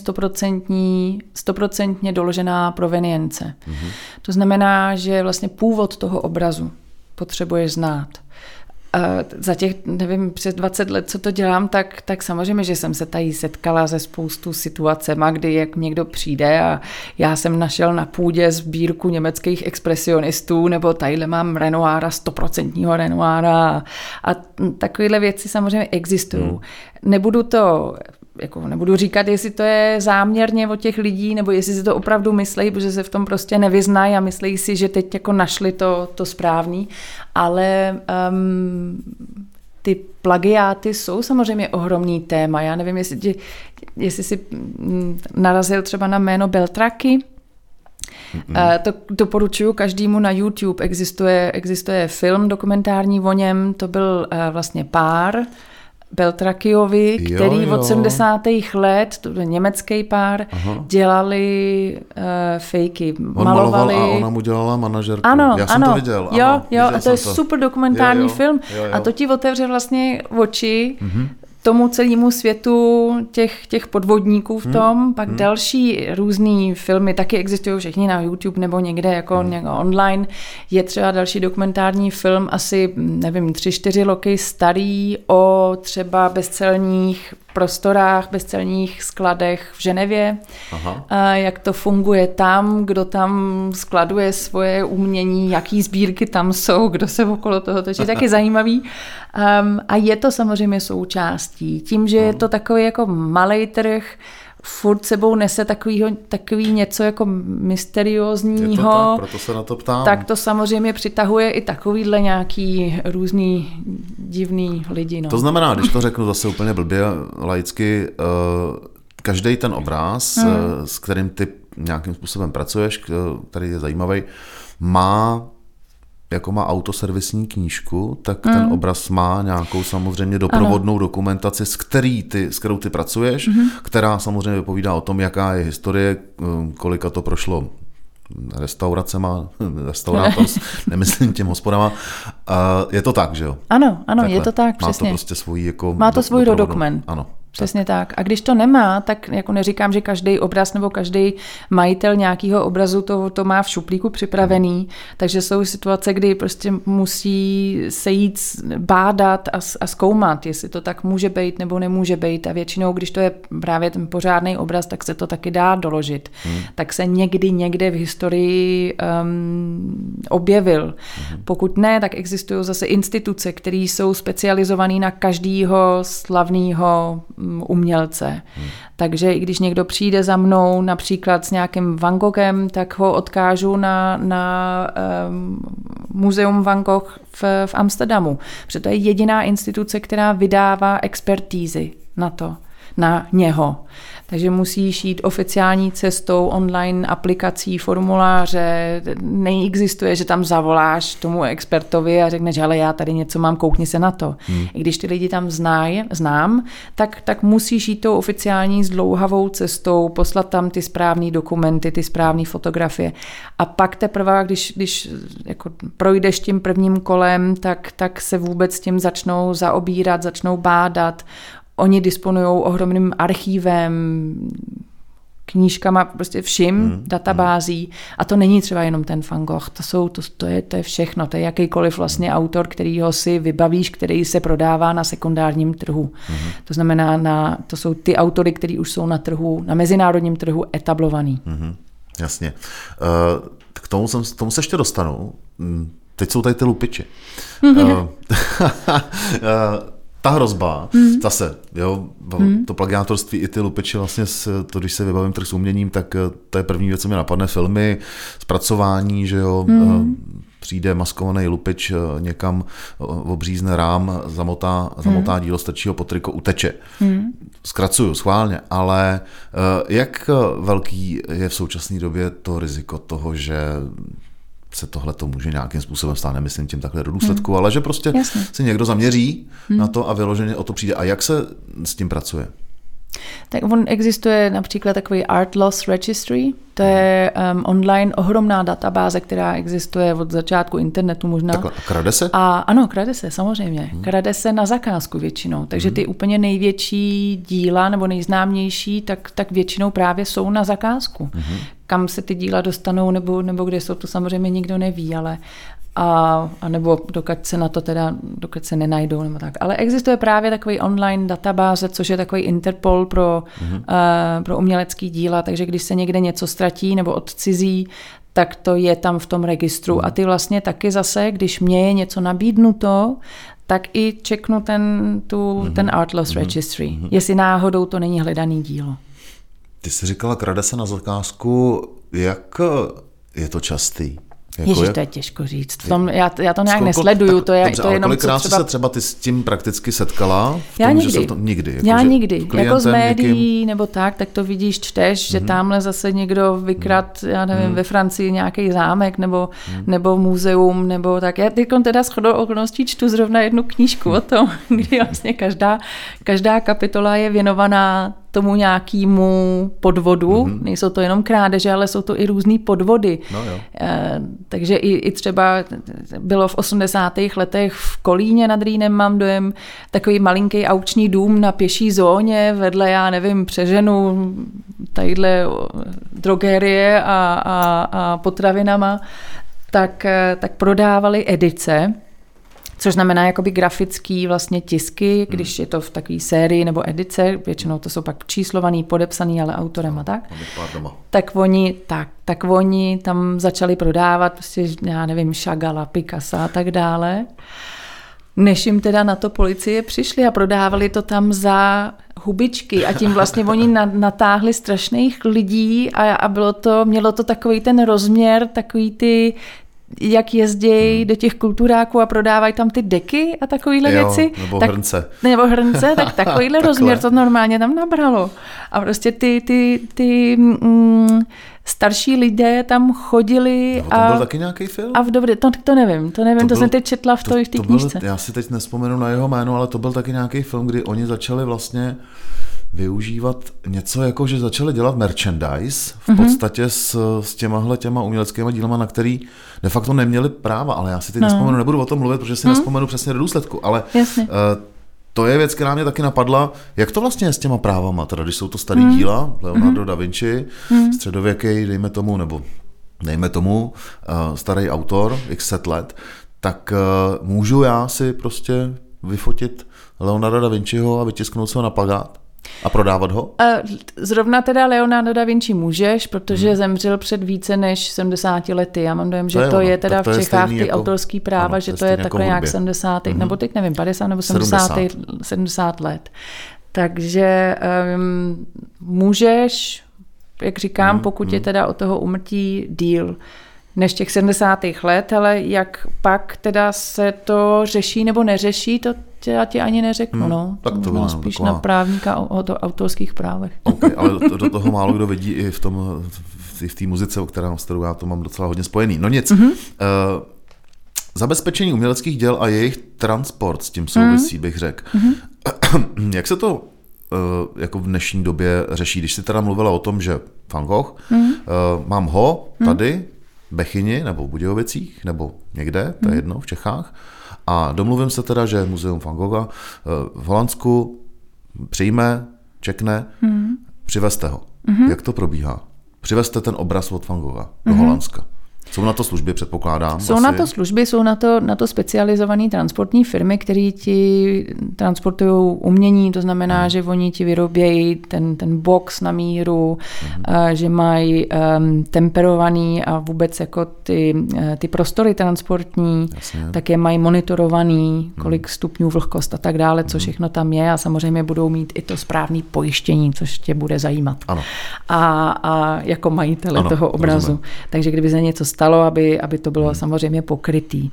100% doložená provenience. To znamená, že vlastně původ toho obrazu potřebuješ znát. Za těch, nevím, přes 20 let, co to dělám, tak samozřejmě, že jsem se tady setkala se spoustu situacema, kdy jak někdo přijde a já jsem našel na půdě sbírku německých expresionistů, nebo tadyhle mám Renoira, 100% Renoira a takovéhle věci samozřejmě existují. Nebudu říkat, jestli to je záměrně od těch lidí, nebo jestli si to opravdu myslejí, protože se v tom prostě nevyznají a myslejí si, že teď jako našli to správný, ale ty plagiáty jsou samozřejmě ohromný téma. Já nevím, jestli si narazil třeba na jméno Beltraki. To doporučuji každému na YouTube. Existuje film dokumentární o něm, to byl vlastně pár Beltrakiovi, který od 70. let, to byl německý pár, dělali fejky, malovali. A ona mu dělala manažerku. Ano, já jsem to viděl. Jo, a to je super dokumentární film. Jo. A to ti otevře vlastně oči tomu celému světu těch podvodníků v tom, pak další různý filmy, taky existují všichni na YouTube nebo někde jako online. Je třeba další dokumentární film, asi, nevím, 3-4 roky starý o třeba bezcelních prostorách, bezcelních skladech v Ženevě. Jak to funguje tam, kdo tam skladuje svoje umění, jaký sbírky tam jsou, kdo se okolo toho točí, taky zajímavý. A je to samozřejmě součástí. Tím, že je to takový jako malej trh, furt sebou nese takový něco jako mysteriózního. Je to tak, proto se na to ptám. Tak to samozřejmě přitahuje i takovýhle nějaký různý divný lidi. No. To znamená, když to řeknu zase úplně blbě, laicky, každý ten obraz, s kterým ty nějakým způsobem pracuješ, který je zajímavý, má autoservisní knížku, tak ten obraz má nějakou samozřejmě doprovodnou dokumentaci, s kterou ty pracuješ, která samozřejmě vypovídá o tom, jaká je historie, kolika to prošlo restaurátorem, nemyslím těm hospodama. Je to tak, že jo? Ano, je to tak, přesně. Má to prostě svůj má to svůj dokument. Ano. Přesně tak. A když to nemá, tak jako neříkám, že každý obraz nebo každý majitel nějakého obrazu to má v šuplíku připravený, takže jsou situace, kdy prostě musí se jít bádat a zkoumat, jestli to tak může být nebo nemůže být. A většinou, když to je právě ten pořádný obraz, tak se to taky dá doložit. Tak se někde v historii objevil. Pokud ne, tak existují zase instituce, které jsou specializované na každého slavného umělce. Takže i když někdo přijde za mnou například s nějakým Van Goghem, tak ho odkážu na muzeum Van Gogh v Amsterdamu. Protože to je jediná instituce, která vydává expertízy na něho. Takže musíš jít oficiální cestou, online aplikací, formuláře. Neexistuje, že tam zavoláš tomu expertovi a řekneš, ale já tady něco mám, koukni se na to. I když ty lidi tam znám, tak musíš jít tou oficiální zdlouhavou cestou, poslat tam ty správné dokumenty, ty správné fotografie. A pak teprve, když jako projdeš tím prvním kolem, tak se vůbec tím začnou zaobírat, začnou bádat. Oni disponují ohromným archívem, knížkama, prostě vším, databází. A to není třeba jenom ten Van Gogh, to je všechno. To je jakýkoliv vlastně autor, kterýho si vybavíš, který se prodává na sekundárním trhu. To znamená, to jsou ty autory, který už jsou na trhu, na mezinárodním trhu etablovaný. Jasně. K tomu se ještě dostanu. Teď jsou tady ty lupiči. Ta hrozba, zase, jo, to plagiátorství i ty lupiči, vlastně když se vybavím trh s uměním, tak to je první věc, co mě napadne, filmy, zpracování, že jo, přijde maskovaný lupič někam, obřízne rám, zamotá dílo, strčí ho pod triko, uteče. Zkracuju schválně, ale jak velký je v současné době to riziko toho, že se tohle to může nějakým způsobem stát, nemyslím tím takhle do důsledku, ale že prostě si někdo zaměří na to a vyloženě o to přijde. A jak se s tím pracuje? Tak existuje například takový Art Loss Registry, to je online ohromná databáze, která existuje od začátku internetu možná. Takhle, a krade se? Ano, krade se, samozřejmě. Krade se na zakázku většinou, takže ty úplně největší díla nebo nejznámější, tak většinou právě jsou na zakázku. Kam se ty díla dostanou nebo kde jsou, to samozřejmě nikdo neví, ale a nebo dokud se nenajdou nebo tak. Ale existuje právě takový online databáze, což je takový Interpol pro umělecký díla, takže když se někde něco ztratí nebo odcizí, tak to je tam v tom registru. A ty vlastně taky zase, když mě je něco nabídnuto, tak i čeknu ten Art Loss Registry, jestli náhodou to není hledaný dílo. Ty jsi říkala, krade se na zakázku, jak je to častý? Ježiš, to je těžko říct. Já to nějak nesleduju. To je jenom kolikrát jsi se třeba ty s tím prakticky setkala? Nikdy. Já nikdy. Jako z médií nebo tak to vidíš, čteš, že tamhle zase někdo vykrad, já nevím, ve Francii nějaký zámek nebo muzeum, nebo tak. Já teď teda shodou okolností čtu zrovna jednu knížku o tom, kdy vlastně každá kapitola je věnovaná tomu nějakému podvodu. Nejsou to jenom krádeže, ale jsou to i různý podvody. No jo. Takže i třeba bylo v 80. letech v Kolíně nad Rýnem, mám dojem, takový malinký aukční dům na pěší zóně vedle, já nevím, přeženu tadyhle drogérie a potravinama, tak prodávali edice, což znamená jakoby grafický vlastně tisky, když je to v takové sérii nebo edice, většinou to jsou pak číslovaný, podepsaný, ale autorem a tak. Tak oni tam začali prodávat prostě, já nevím, Chagalla, Picassa a tak dále. Než jim teda na to policie přišli a prodávali to tam za hubičky a tím vlastně oni natáhli strašných lidí a mělo to takový ten rozměr, takový ty, jak jezdějí do těch kulturáků a prodávají tam ty deky a takovýhle věci. Nebo hrnce, tak takovýhle rozměr to normálně tam nabralo. A prostě ty starší lidé tam chodili. To byl taky nějaký film? A to nevím, to jsem teď četla v té knížce. Já si teď nevzpomenu na jeho jméno, ale to byl taky nějaký film, kdy oni začali vlastně využívat něco jako, že začali dělat merchandise v podstatě s těma uměleckými dílama, na který de facto neměli práva, ale já si teď nespomenu, nebudu o tom mluvit, protože si nespomenu přesně do důsledku, ale to je věc, která mě taky napadla, jak to vlastně je s těma právama, teda když jsou to starý díla, Leonardo da Vinci, středověký, dejme tomu, starý autor, x set let, tak můžu já si prostě vyfotit Leonarda da Vinciho a vytisknout se ho na plakát? A prodávat ho? Zrovna teda Leonardo da Vinci můžeš, protože zemřel před více než 70 lety. Já mám dojem, že to je teda v Čechách ty jako autorský práva, ano, že to je takhle nějak 70, nebo teď nevím, 50 nebo 70 let. Takže můžeš, jak říkám, pokud je teda od toho úmrtí díl než těch 70. let, ale jak pak teda se to řeší nebo neřeší, to já ti ani neřeknu, tak to bylo spíš taková... na právníka o autorských právech. Okay, ale do toho málo kdo vidí i v té muzice, s kterou já to mám docela hodně spojený. No nic. Zabezpečení uměleckých děl a jejich transport s tím souvisí, bych řekl. Jak se to jako v dnešní době řeší? Když jsi teda mluvila o tom, že Van Gogh, mám ho tady, Bechyni, nebo v Budějovicích, nebo někde, to je jedno, v Čechách, a domluvím se teda, že Muzeum Van Gogha v Holandsku přijme, čekne, přivezte ho. Jak to probíhá? Přivezte ten obraz od Van Gogha do Holandska. Jsou na to služby, předpokládám? Jsou na to služby, jsou na to specializované transportní firmy, které ti transportují umění, to znamená, že oni ti vyrobějí ten box na míru, že mají temperovaný a vůbec jako ty prostory transportní, tak je mají monitorovaný, kolik stupňů vlhkost a tak dále, co všechno tam je a samozřejmě budou mít i to správné pojištění, což tě bude zajímat. Ano. A jako majitele toho obrazu. Rozumím. Takže kdyby se něco stalo, aby to bylo samozřejmě pokrytý.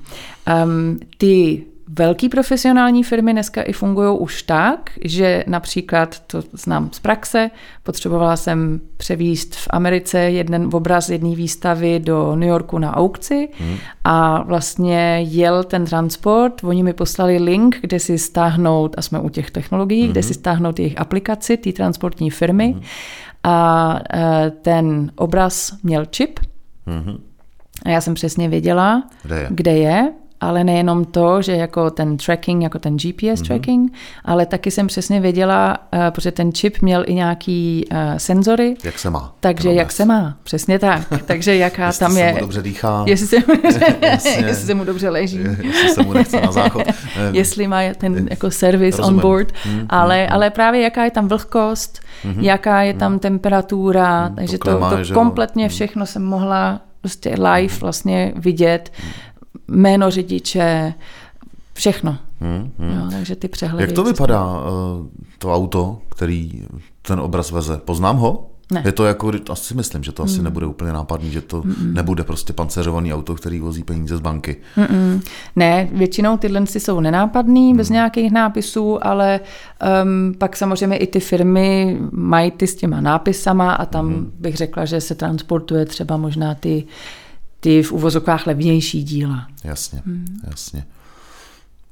Ty velký profesionální firmy dneska i fungují už tak, že například, to znám z praxe, potřebovala jsem převízt v Americe jeden obraz jedné výstavy do New Yorku na aukci a vlastně jel ten transport, oni mi poslali link, kde si stáhnout, a jsme u těch technologií, kde si stáhnout jejich aplikaci, té transportní firmy a ten obraz měl čip. A já jsem přesně věděla, kde je, ale nejenom to, že jako ten tracking, jako ten GPS tracking, ale taky jsem přesně věděla, protože ten čip měl i nějaký senzory. Jak se má. Takže jak se má, přesně tak. Takže jaká tam je. Jestli se mu dobře dýchá. Jestli se mu dobře leží. Jestli se mu nechce na záchod. Jestli má ten jako service on board. Ale právě jaká je tam vlhkost, jaká je tam temperatura, takže to kompletně všechno jsem mohla prostě live vlastně vidět, jméno řidiče, všechno. Jo, takže ty přehledy. Jak to vypadá, to auto, který ten obraz veze? Poznám ho? Ne. Je to jako, asi myslím, že to asi nebude úplně nápadný, že to nebude prostě pancéřovaný auto, který vozí peníze z banky. Ne, většinou tyhle jsou nenápadný, bez nějakých nápisů, ale pak samozřejmě i ty firmy mají ty s těma nápisama a tam bych řekla, že se transportuje třeba možná ty v uvozovkách levnější díla. Jasně, jasně.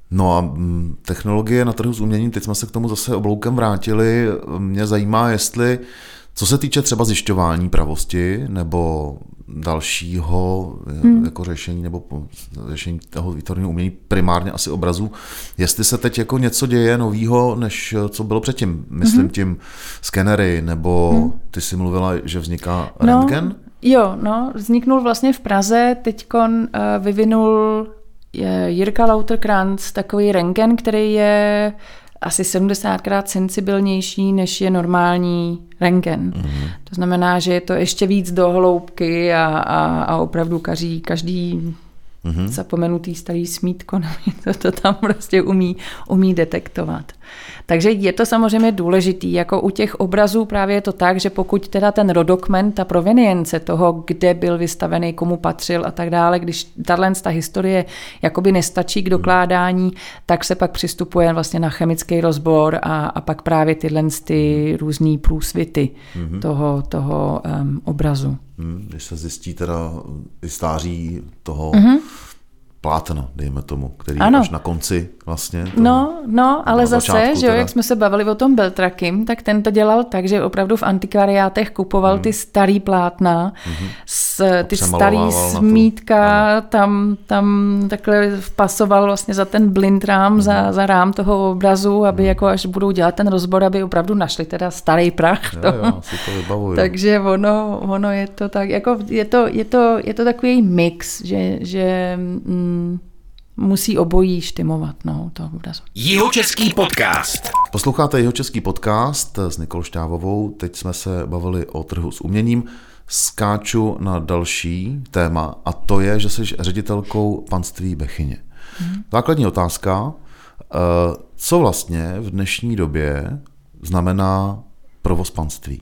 No a technologie na trhu s uměním, teď jsme se k tomu zase obloukem vrátili. Mě zajímá, jestli, co se týče třeba zjišťování pravosti nebo dalšího jako řešení nebo řešení toho výtvarného umění, primárně asi obrazů, jestli se teď jako něco děje novýho, než co bylo předtím. Myslím tím skenery, nebo ty jsi mluvila, že vzniká rentgen? Jo, vzniknul vlastně v Praze, teďkon vyvinul Jirka Lauterkrantz takový rentgen, který je asi 70krát sensibilnější, než je normální rentgen. To znamená, že je to ještě víc do hloubky a opravdu každý zapomenutý starý smítko, to tam prostě umí detektovat. Takže je to samozřejmě důležitý. Jako u těch obrazů právě je to tak, že pokud teda ten rodokmen, ta provenience toho, kde byl vystavený, komu patřil a tak dále, když ta historie jakoby nestačí k dokládání, tak se pak přistupuje vlastně na chemický rozbor a pak právě tyhle ty různý průsvity toho obrazu. Když se zjistí teda stáří toho plátna, dejme tomu, který je až na konci vlastně. Ale zase, že jo, jak jsme se bavili o tom Beltrakim, tak ten to dělal tak, že opravdu v antikvariátech kupoval ty starý plátna, ty starý smítka, tam takhle vpasoval vlastně za ten blind rám, za rám toho obrazu, aby jako až budou dělat ten rozbor, aby opravdu našli teda starý prach. Jo, si to vybavuju. Takže ono je to tak, jako je to takový mix, že musí obojí štimovat, toho obrazu. Jihočeský podcast. Posloucháte Jihočeský podcast s Nikol Šťávovou. Teď jsme se bavili o trhu s uměním. Skáču na další téma a to je, že jsi ředitelkou panství Bechyně. Základní otázka, co vlastně v dnešní době znamená provoz panství?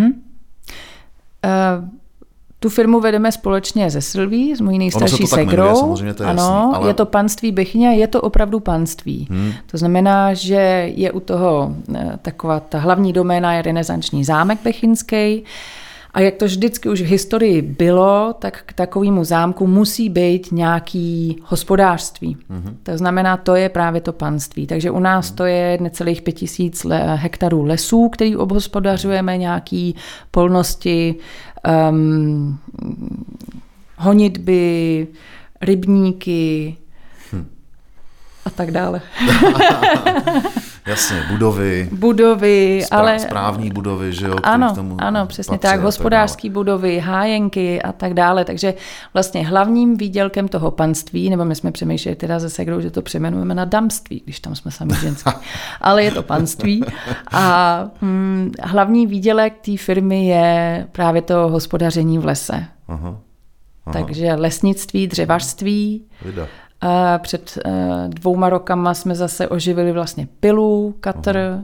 Tu firmu vedeme společně se Sylví, s mojí nejstarší segrou. Samozřejmě to je jasný, ale... je to panství Bechyně, je to opravdu panství. To znamená, že je u toho taková ta hlavní doména je renesanční zámek bechyňský. A jak to vždycky už v historii bylo, tak k takovému zámku musí být nějaký hospodářství. To znamená, to je právě to panství. Takže u nás to je necelých 5000 hektarů lesů, který obhospodařujeme, nějaký polnosti, honitby, rybníky a tak dále. Jasně, budovy, ale správní budovy, že jo? Ano, přesně tak, hospodářské budovy, hájenky a tak dále. Takže vlastně hlavním výdělkem toho panství, nebo my jsme přemýšleli teda se segrou, že to přejmenujeme na damství, když tam jsme sami ženský, ale je to panství. A hlavní výdělek té firmy je právě to hospodaření v lese. Aha. Takže lesnictví, dřevařství. Před 2 rokama jsme zase oživili vlastně pilu, katr.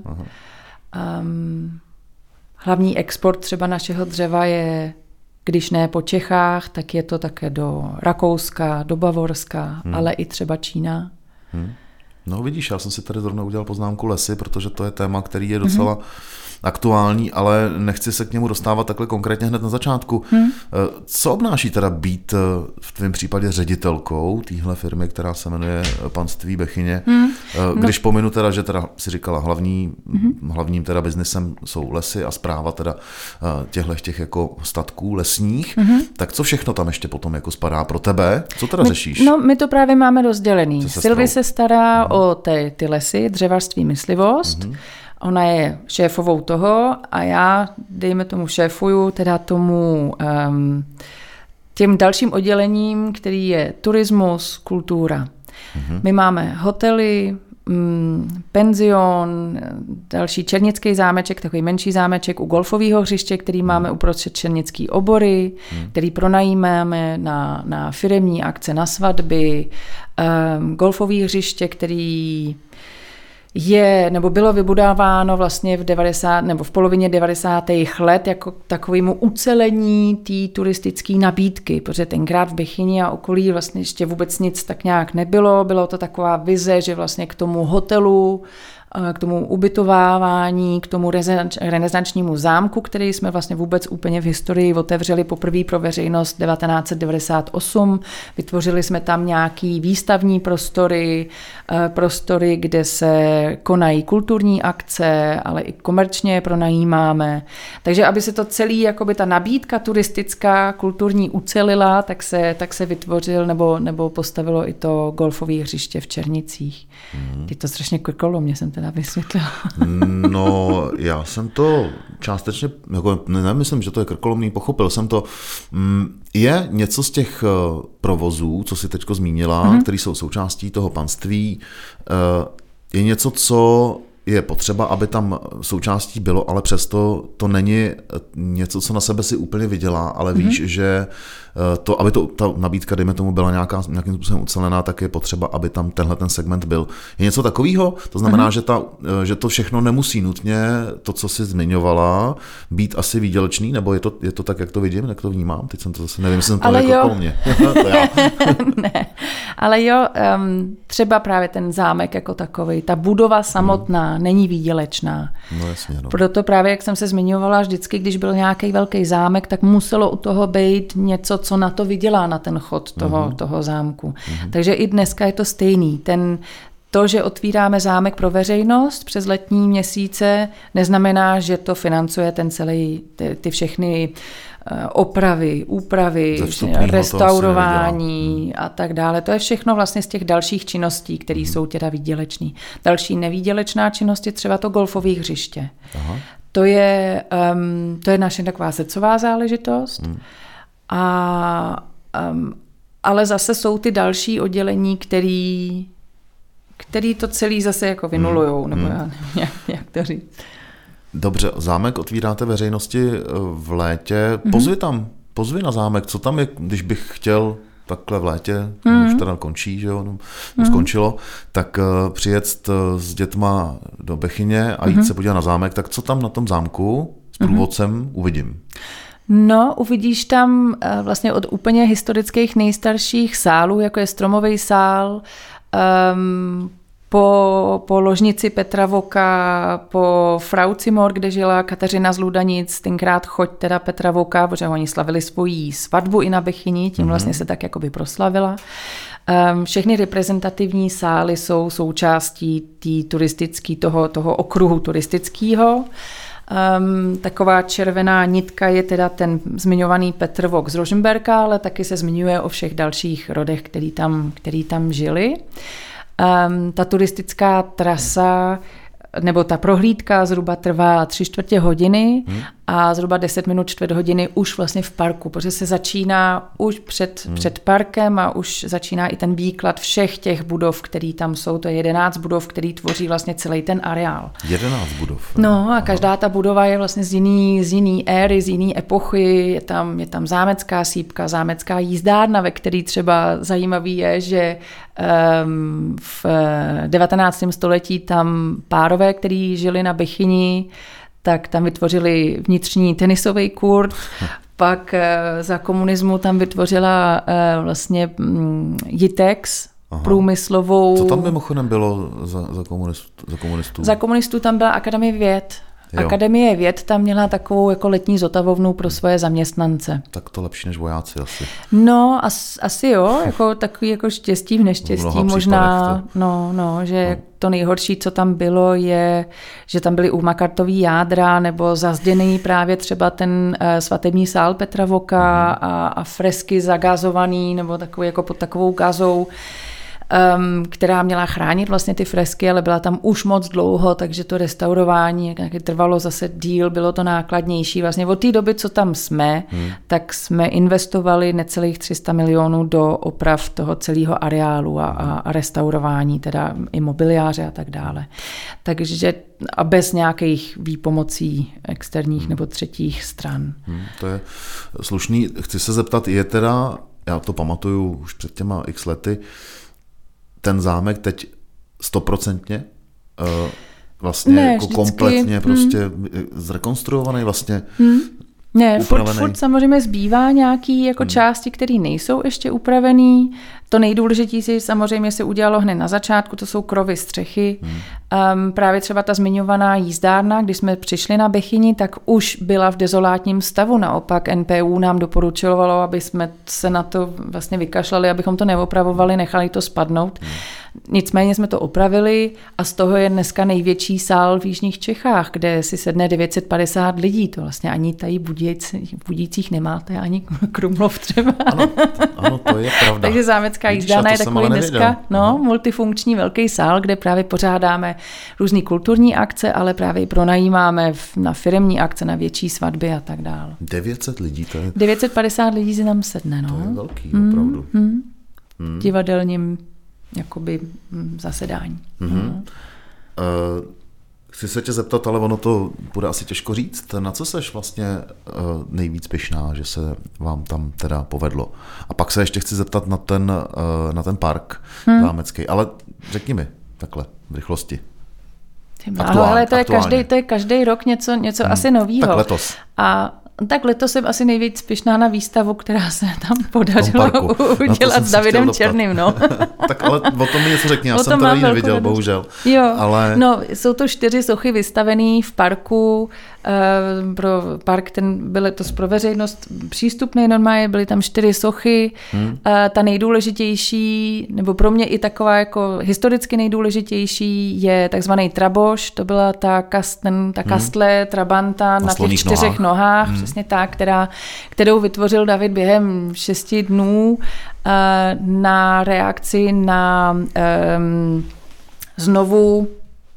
Hlavní export třeba našeho dřeva je, když ne po Čechách, tak je to také do Rakouska, do Bavorska, ale i třeba Čína. No vidíš, já jsem si tady zrovna udělal poznámku lesy, protože to je téma, který je docela aktuální, ale nechci se k němu dostávat takhle konkrétně hned na začátku. Co obnáší teda být v tvém případě ředitelkou téhle firmy, která se jmenuje Panství Bechyně? Když pominu teda, že teda si říkala hlavním teda biznesem jsou lesy a správa teda těch jako statků lesních, tak co všechno tam ještě potom jako spadá pro tebe? Co teda řešíš? No, my to právě máme rozdělený. Sylvie se stará o ty lesy, dřevařství, myslivost. Ona je šéfovou toho a já, dejme tomu, šéfuju teda tomu těm dalším oddělením, který je turismus, kultura. My máme hotely, penzion, další Černický zámeček, takový menší zámeček u golfového hřiště, který máme uprostřed Černický obory, který pronajímáme na firemní akce, na svatby, golfové hřiště, který bylo vybudováno vlastně v polovině 90. let jako takovému ucelení té turistické nabídky, protože tenkrát v Bechyni a okolí vlastně ještě vůbec nic tak nějak nebylo. Bylo to taková vize, že vlastně k tomu hotelu k tomu ubytovávání, k tomu renesančnímu zámku, který jsme vlastně vůbec úplně v historii otevřeli poprvé pro veřejnost 1998. Vytvořili jsme tam nějaký výstavní prostory, kde se konají kulturní akce, ale i komerčně pronajímáme. Takže aby se to celý, jakoby ta nabídka turistická, kulturní ucelila, tak se vytvořil nebo postavilo i to golfové hřiště v Černicích. Ty to strašně krkolomně jsem teda vysvětlila. No, já jsem to částečně, jako nemyslím, že to je krkolomný, pochopil jsem to. Je něco z těch provozů, co jsi teďko zmínila, které jsou součástí toho panství, je něco, co je potřeba, aby tam součástí bylo, ale přesto to není něco, co na sebe si úplně vydělá, ale víš, že to, aby ta nabídka, dejme tomu, byla nějakým způsobem ucelená, tak je potřeba, aby tam tenhle ten segment byl. Je něco takového? To znamená, že to všechno nemusí nutně, to, co jsi zmiňovala, být asi výdělečný, nebo je to tak, jak to vidím, jak to vnímám? Teď jsem to zase nevím, jestli jsem to jako mě. Ne, ale jo, třeba právě ten zámek jako takový, ta budova samotná není výdělečná. No jasně, no. Proto právě, jak jsem se zmiňovala, vždycky, když byl nějaký velký zámek, tak muselo u toho být něco, co na to vydělá, na ten chod toho zámku. Takže i dneska je to stejný. To, že otvíráme zámek pro veřejnost přes letní měsíce, neznamená, že to financuje ten celý, ty všechny opravy, úpravy, restaurování a tak dále. To je všechno vlastně z těch dalších činností, které jsou teda výdělečný. Další nevýdělečná činnost je třeba to golfové hřiště. Aha. To je naše taková srdcová záležitost. Ale zase jsou ty další oddělení, který to celý zase jako vynulujou, nebo já nevím, jak to říct. Dobře, zámek otvíráte veřejnosti v létě. Pozvi na zámek, co tam je, když bych chtěl takhle v létě, už teda končí, že jo, skončilo, tak přijet s dětma do Bechyně a jít se podívat na zámek, tak co tam na tom zámku s průvodcem uvidím? No, uvidíš tam vlastně od úplně historických nejstarších sálů, jako je Stromový sál, po ložnici Petra Voka, po Fraucimor, kde žila Kateřina z Ludanic, tenkrát choď teda Petra Voka, protože oni slavili svoji svatbu i na Bechyni, tím vlastně se tak jakoby proslavila. Všechny reprezentativní sály jsou součástí toho okruhu turistického. Taková červená nitka je teda ten zmiňovaný Petr Vok z Rožmberka, ale taky se zmiňuje o všech dalších rodech, který tam žili. Ta turistická trasa nebo ta prohlídka zhruba trvá 3/4 hodiny a zhruba 10 minut, 1/4 hodiny už vlastně v parku, protože se začíná už před parkem a už začíná i ten výklad všech těch budov, které tam jsou. To je 11 budov, který tvoří vlastně celý ten areál. 11 budov. No a každá ta budova je vlastně z jiný éry, z jiný epochy. Je tam zámecká sýpka, zámecká jízdárna, ve který třeba zajímavý je, že v 19. století tam párové, kteří žili na Bechyni, tak tam vytvořili vnitřní tenisový kurt, pak za komunismu tam vytvořila vlastně Jitex, průmyslovou. Co tam mimochodem bylo za komunistů? Za komunistů tam byla Akademie věd. Jo. Akademie věd tam měla takovou jako letní zotavovnu pro svoje zaměstnance. Tak to lepší než vojáci asi. No, asi jo, jako takový jako štěstí v neštěstí možná. Že to nejhorší, co tam bylo, je, že tam byly umakartový jádra nebo zazděný právě třeba ten svatební sál Petra Voka a fresky zagazovaný nebo takový jako pod takovou gazou, která měla chránit vlastně ty fresky, ale byla tam už moc dlouho, takže to restaurování trvalo zase díl, bylo to nákladnější. Vlastně od té doby, co tam jsme, tak jsme investovali necelých 300 milionů do oprav toho celého areálu a restaurování, teda i mobiliáře a tak dále. Takže a bez nějakých výpomocí externích nebo třetích stran. To je slušný. Chci se zeptat, je teda, já to pamatuju už před těma x lety, ten zámek teď 100% vlastně ne, jako kompletně prostě zrekonstruovaný vlastně. Ne, upravený? furt samozřejmě zbývá nějaký jako části, které nejsou ještě upravený. To nejdůležitější samozřejmě se udělalo hned na začátku, to jsou krovy, střechy. Právě třeba ta zmiňovaná jízdárna, když jsme přišli na Bechyni, tak už byla v dezolátním stavu. Naopak NPÚ nám doporučovalo, aby jsme se na to vlastně vykašlali, abychom to neopravovali, nechali to spadnout. Nicméně jsme to opravili a z toho je dneska největší sál v jižních Čechách, kde si sedne 950 lidí. To vlastně ani tady v Budících nemáte, ani Krumlov třeba. Ano, to je pravda. Takže zámecká jízdárna je takový dneska multifunkční velký sál, kde právě pořádáme různý kulturní akce, ale právě i pronajímáme na firemní akce, na větší svatby a tak dále. 900 lidí, to je... 950 lidí si tam sedne, no. To je velký, opravdu. Divadelním jakoby zasedání. Chci se tě zeptat, ale ono to bude asi těžko říct. Na co seš vlastně nejvíc pyšná, že se vám tam teda povedlo? A pak se ještě chci zeptat na ten park zámecký, ale řekni mi takhle v rychlosti. Ale to je každý rok něco asi novýho. Tak letos. Tak letos jsem asi nejvíc pyšná na výstavu, která se tam podařilo udělat s Davidem Černým. No. Tak ale o tom mi něco řekni, já jsem to tady neviděl, bohužel. Jo, ale... no, jsou to 4 sochy vystavené v parku. Pro park ten byl letos pro veřejnost přístupný normálně, byly tam 4 sochy. Ta nejdůležitější, nebo pro mě i taková jako historicky nejdůležitější je takzvaný traboš, to byla ta kastle Trabanta na těch 4 nohách, přesně tak, kterou vytvořil David během 6 dnů na reakci na znovu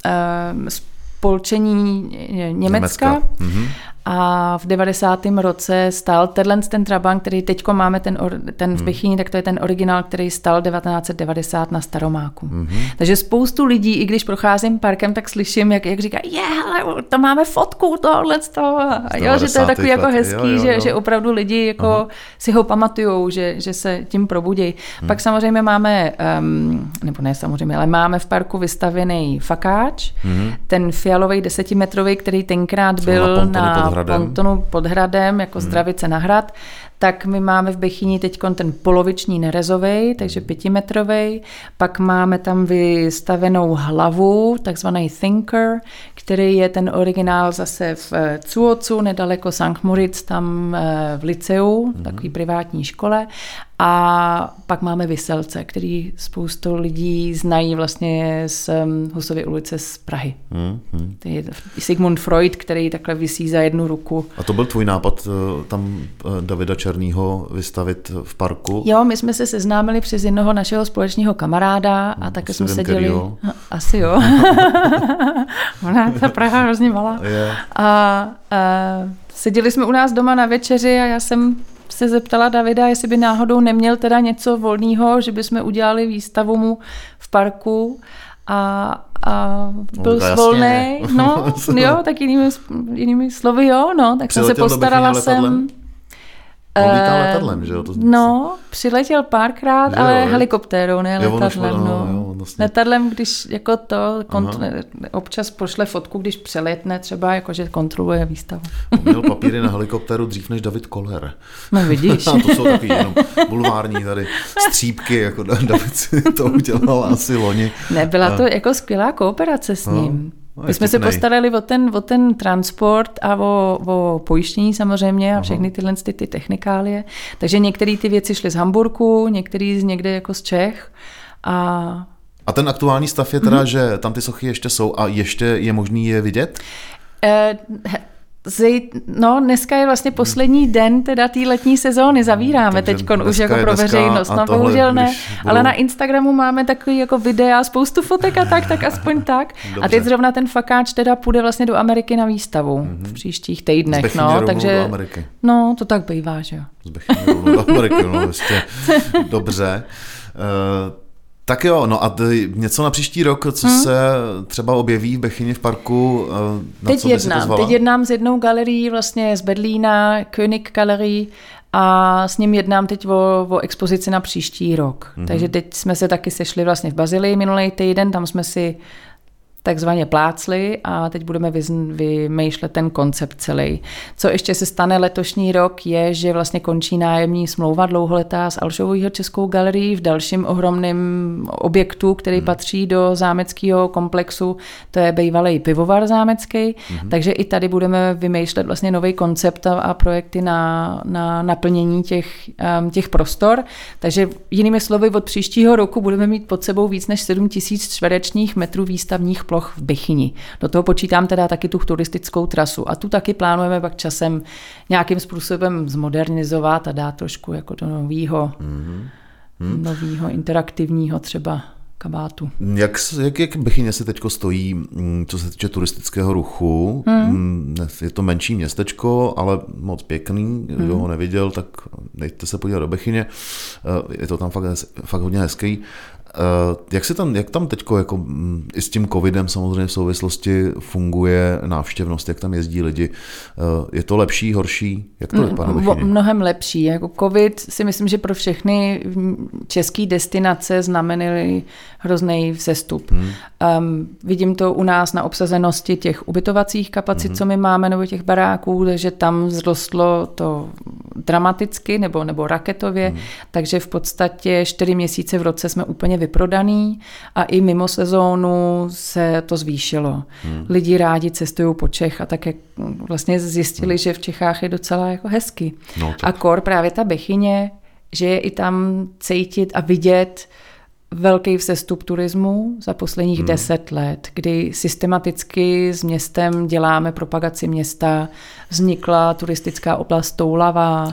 spolčení Německa. A v 90. roce stál ten Trabant, který teďko máme ten v Bechyni, tak to je ten originál, který stál 1990 na Staromáku. Takže spoustu lidí, i když procházím parkem, tak slyším, jak říká, ale to máme fotku tohle z toho. Jo, že to je takový jako hezký, že opravdu lidi jako si ho pamatujou, že se tím probudějí. Pak samozřejmě máme, nebo ne samozřejmě, ale máme v parku vystavený fakáč, ten fialový 10metrový, který tenkrát byl na pontonu pod hradem, jako Zdravice na hrad, tak my máme v Bechyni teď ten poloviční nerezovej, takže 5metrovej, pak máme tam vystavenou hlavu, takzvaný Thinker, který je ten originál zase v Cuocu, nedaleko St. Moritz, tam v Liceu, takový privátní škole. A pak máme Viselce, který spoustu lidí znají vlastně z Husovy ulice z Prahy. To je Sigmund Freud, který takhle visí za jednu ruku. A to byl tvůj nápad tam Davida Černýho vystavit v parku? Jo, my jsme se seznámili přes jednoho našeho společného kamaráda a také jsme seděli... Asi jo. Ona ta Praha hrozně malá. A seděli jsme u nás doma na večeři a já jsem se zeptala Davida, jestli by náhodou neměl teda něco volného, že bychom udělali výstavu mu v parku a byl volný. No, jo, tak jinými slovy, jo, no, tak jsem se postarala jsem. On lítá letadlem, že jo? No, přiletěl párkrát, že ale helikoptérou, ne letadlem. Letadlem, když jako to občas pošle fotku, když přeletne třeba, jakože kontroluje výstavu. On měl papíry na helikoptéru dřív než David Koller. No vidíš. To jsou takový jenom bulvární tady střípky, jako David si to udělal asi loni. Nebyla to jako skvělá kooperace s ním. My jsme se postarali o ten transport a o pojištění samozřejmě a všechny tyhle ty technikálie. Takže některé ty věci šly z Hamburku, některé někde jako z Čech. A ten aktuální stav je teda, že tam ty sochy ještě jsou a ještě je možný je vidět? No, dneska je vlastně poslední den teda té letní sezóny, zavíráme teď už jako pro veřejnost. No, bohužel ne, ale na Instagramu máme takový jako videa, spoustu fotek a tak aspoň tak. Dobře. A teď zrovna ten fakáč teda půjde vlastně do Ameriky na výstavu v příštích týdnech. No, takže, do Ameriky. No, to tak bývá, že jo. Z Bechyně rovnou do Ameriky, no, ještě dobře. Tak jo, no a něco na příští rok, co se třeba objeví v Bechyni v parku, na co by si to zvala? Teď jednám s jednou galerií vlastně z Berlína, König Galerie, a s ním jednám teď o expozici na příští rok. Takže teď jsme se taky sešli vlastně v Bazilii minulý týden, tam jsme si takzvaně plácli a teď budeme vymýšlet ten koncept celý. Co ještě se stane letošní rok je, že vlastně končí nájemní smlouva dlouholetá s Alžovou Jihočeskou galerií v dalším ohromném objektu, který patří do zámeckého komplexu, to je bývalý pivovar zámecký, takže i tady budeme vymýšlet vlastně nový koncept a projekty na naplnění těch prostor. Takže jinými slovy, od příštího roku budeme mít pod sebou víc než 7 000 čtverečních metrů výstavních ploch v Bechyni. Do toho počítám teda taky tu turistickou trasu a tu taky plánujeme pak časem nějakým způsobem zmodernizovat a dát trošku jako do novýho interaktivního třeba kabátu. Jak Bechyně se teďko stojí, co se týče turistického ruchu? Je to menší městečko, ale moc pěkný. Kdo ho neviděl, tak dejte se podívat do Bechyně. Je to tam fakt hodně hezký. Jak tam teďko jako i s tím covidem samozřejmě v souvislosti funguje návštěvnost, jak tam jezdí lidi? Je to lepší, horší? Jak to vypadá v Bechyni? Mnohem lepší. Jako covid si myslím, že pro všechny české destinace znamenaly hrozný vzestup. Vidím to u nás na obsazenosti těch ubytovacích kapacit, co my máme, nebo těch baráků, takže tam vzrostlo to dramaticky nebo raketově, takže v podstatě 4 měsíce v roce jsme úplně vyprodaný a i mimo sezónu se to zvýšilo. Lidi rádi cestují po Čech a také vlastně zjistili, že v Čechách je docela jako hezky. A kor právě ta Bechyně, že je i tam cítit a vidět velký vzestup turismu za posledních 10 let, kdy systematicky s městem děláme propagaci města, vznikla turistická oblast Toulava,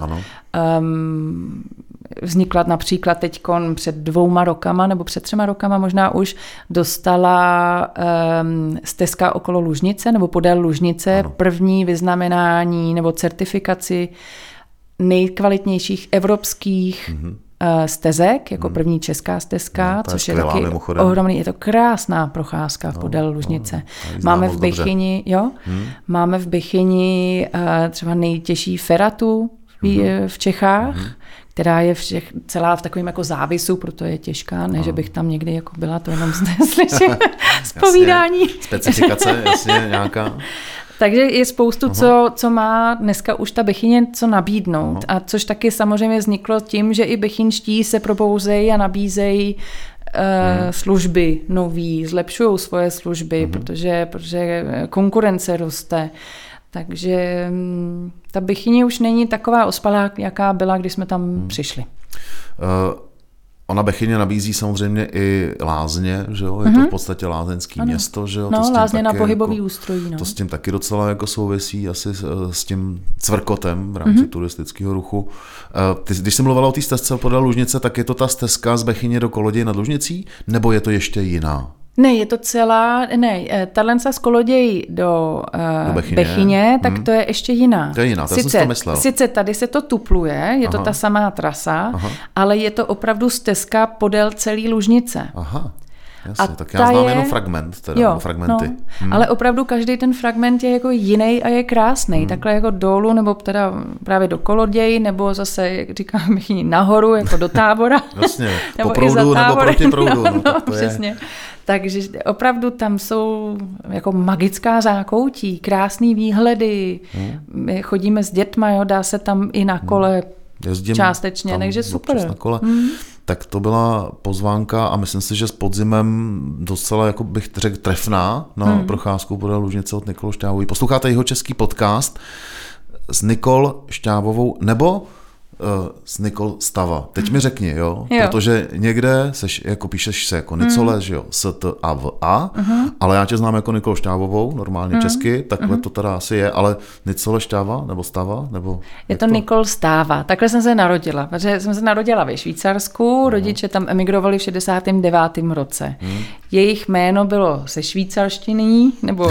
vznikla například teďkon před 2 rokama, nebo před 3 rokama možná už, dostala stezka okolo Lužnice, nebo podél Lužnice, první vyznamenání nebo certifikaci nejkvalitnějších evropských stezek, jako první česká stezka, což je taky ohromný, je to krásná procházka v podél Lužnice. Máme v Bechyni, máme v Bechyni třeba nejtěžší feratu v Čechách, která je celá v takovém jako závisu, proto je těžká, ne, že bych tam někdy jako byla, to jenom slyším z povídání. Specifikace, jasně, nějaká. Takže je spoustu, co má dneska už ta Bechyně co nabídnout. A což taky samozřejmě vzniklo tím, že i bechyňští se probouzejí a nabízejí služby nový, zlepšují svoje služby, protože konkurence roste. Takže ta Bechyně už není taková ospalá, jaká byla, když jsme tam přišli. Ona Bechyně nabízí samozřejmě i lázně, že jo? Je to v podstatě lázeňský město, že jo? No, lázně na pohybový ústrojí. No. To s tím taky docela jako souvisí asi s tím cvrkotem v rámci turistického ruchu. Když jsi mluvila o té stezce podél Lužnice, tak je to ta stezka z Bechyně do Koloděj nad Lužnicí? Nebo je to ještě jiná? Ne, je to tahle z Koloděj do Bechyně, tak to je ještě jiná. To je jiná, to jsem si to myslel. Sice tady se to tupluje, je to ta samá trasa, ale je to opravdu stezka podél celé Lužnice. Aha. Jasně, tak já znám jenom fragment, fragmenty. No, ale opravdu každý ten fragment je jako jiný a je krásný. Takhle jako dolů, nebo teda právě do Koloděj, nebo zase, jak říkám, nahoru, jako do Tábora. Jasně, po proudu nebo proti proudu. No, přesně. Takže opravdu tam jsou jako magická zákoutí, krásný výhledy. Chodíme s dětma, dá se tam i na kole částečně, takže super. Na kole. Tak to byla pozvánka a myslím si, že s podzimem docela, jako bych řekl, trefná na procházku podél Lužnice od Nikol Šťávový. Posloucháte Jihočeský podcast s Nikol Šťávovou nebo s Nikol Stava. Teď mi řekni, jo? Protože někde jako píšeš se jako Nicole, že jo, S-T-A-V-A, ale já tě znám jako Nikol Šťávovou, normálně česky, takhle to teda asi je, ale Nicole Šťáva nebo Stava? Nebo je to Nikol Stáva. Takhle jsem se narodila, protože jsem se narodila ve Švýcarsku, rodiče tam emigrovali v 69. roce. Jejich jméno bylo ze švýcarštiny nebo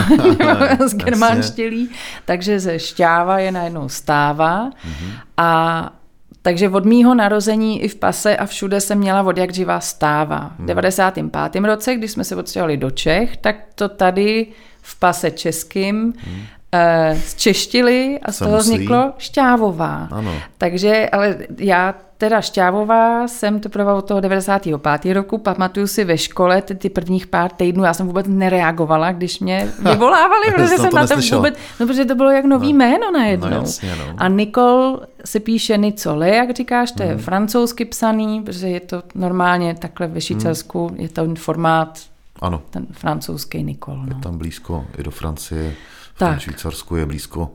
z germánštilí, takže ze Šťáva je najednou Stáva. A takže od mýho narození i v pase a všude jsem měla od jak živá Stáva. V 95. roce, když jsme se odstěhovali do Čech, tak to tady v pase českým zčeštili a z toho vzniklo Šťávová. Ano. Takže, ale já teda Šťávová jsem teprve od toho 95. roku, pamatuju si ve škole ty prvních pár týdnů, já jsem vůbec nereagovala, když mě vyvolávali, protože jsem na to vůbec, no protože to bylo jak nový jméno najednou. No, jasně, no. A Nicole se píše Nicole, jak říkáš, to je francouzsky psaný, protože je to normálně takhle ve Švýcarsku, je to formát, ano. Ten francouzský Nicole. No. Je tam blízko i do Francie, v tom Švýcarsku je blízko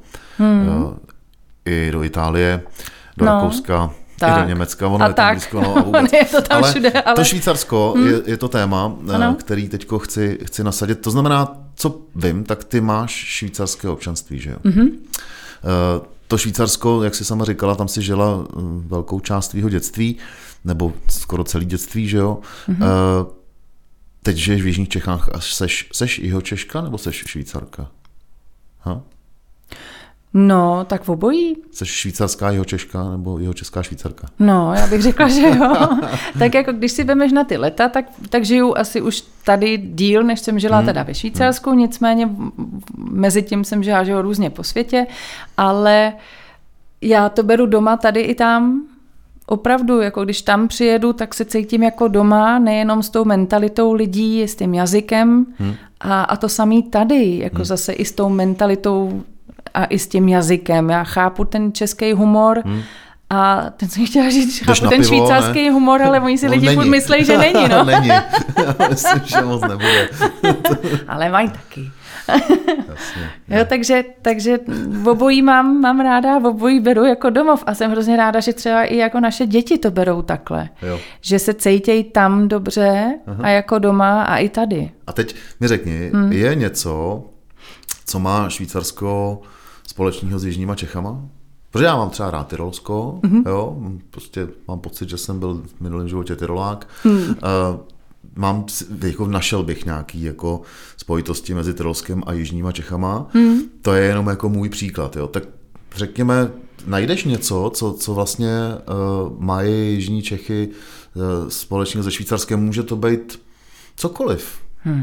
i do Itálie, do Rakouska, i do Německa, ono je tam blízko. No, a vůbec. Je to tam všude, ale to Švýcarsko je to téma, který teďko chci nasadit. To znamená, co vím, tak ty máš švýcarské občanství, že jo? To Švýcarsko, jak jsi sama říkala, tam si žila velkou část tvýho dětství, nebo skoro celý dětství, že jo? Teď žiješ v jižních Čechách a seš Jihočeška nebo seš Švýcarka? Ha? No, tak v obojí. Seš švýcarská Jihočeška nebo Jihočeská Švýcarka? No, já bych řekla, že jo. Tak jako když si vemeš na ty leta, tak žiju asi už tady díl, než jsem žila teda ve Švýcarsku, nicméně mezi tím jsem žila různě po světě, ale já to beru doma tady i tam. Opravdu, jako když tam přijedu, tak se cítím jako doma, nejenom s tou mentalitou lidí, s tím jazykem a to samý tady, jako zase i s tou mentalitou a i s tím jazykem. Já chápu ten český humor a ten jsem chtěla říct, chápu ten švýcarský humor, ale oni si lidi furt myslí, že není. No? Není, já myslím, že moc nebude. Ale mají taky. Jasně, jo, takže v obojí mám ráda, v obojí beru jako domov a jsem hrozně ráda, že třeba i jako naše děti to berou takhle. Jo. Že se cítějí tam dobře a jako doma a i tady. A teď mi řekni, je něco, co má Švýcarsko společného s jižníma Čechama? Protože já mám třeba rád Tyrolsko, jo, prostě mám pocit, že jsem byl v minulém životě Tyrolák. Jako našel bych nějaký jako spojitosti mezi Tyrolskem a jižníma Čechama. To je jenom jako můj příklad. Jo. Tak řekněme, najdeš něco, co vlastně mají jižní Čechy společně se Švýcarskem? Může to být cokoliv.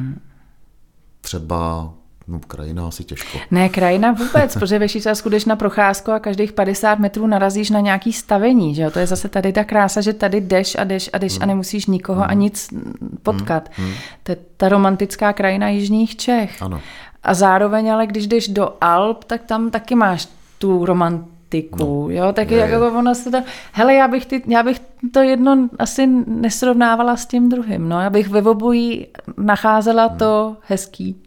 Třeba krajina asi těžko. Ne, krajina vůbec, protože ve Švýcarsku jdeš na procházku a každých 50 metrů narazíš na nějaký stavení. Že jo? To je zase tady ta krása, že tady jdeš a nemusíš nikoho a nic potkat. To je ta romantická krajina jižních Čech. Ano. A zároveň ale když jdeš do Alp, tak tam taky máš tu romantiku. Jo? Tak jako ono se to... Hele, já bych to jedno asi nesrovnávala s tím druhým. No? Já bych ve obojí nacházela to hezký.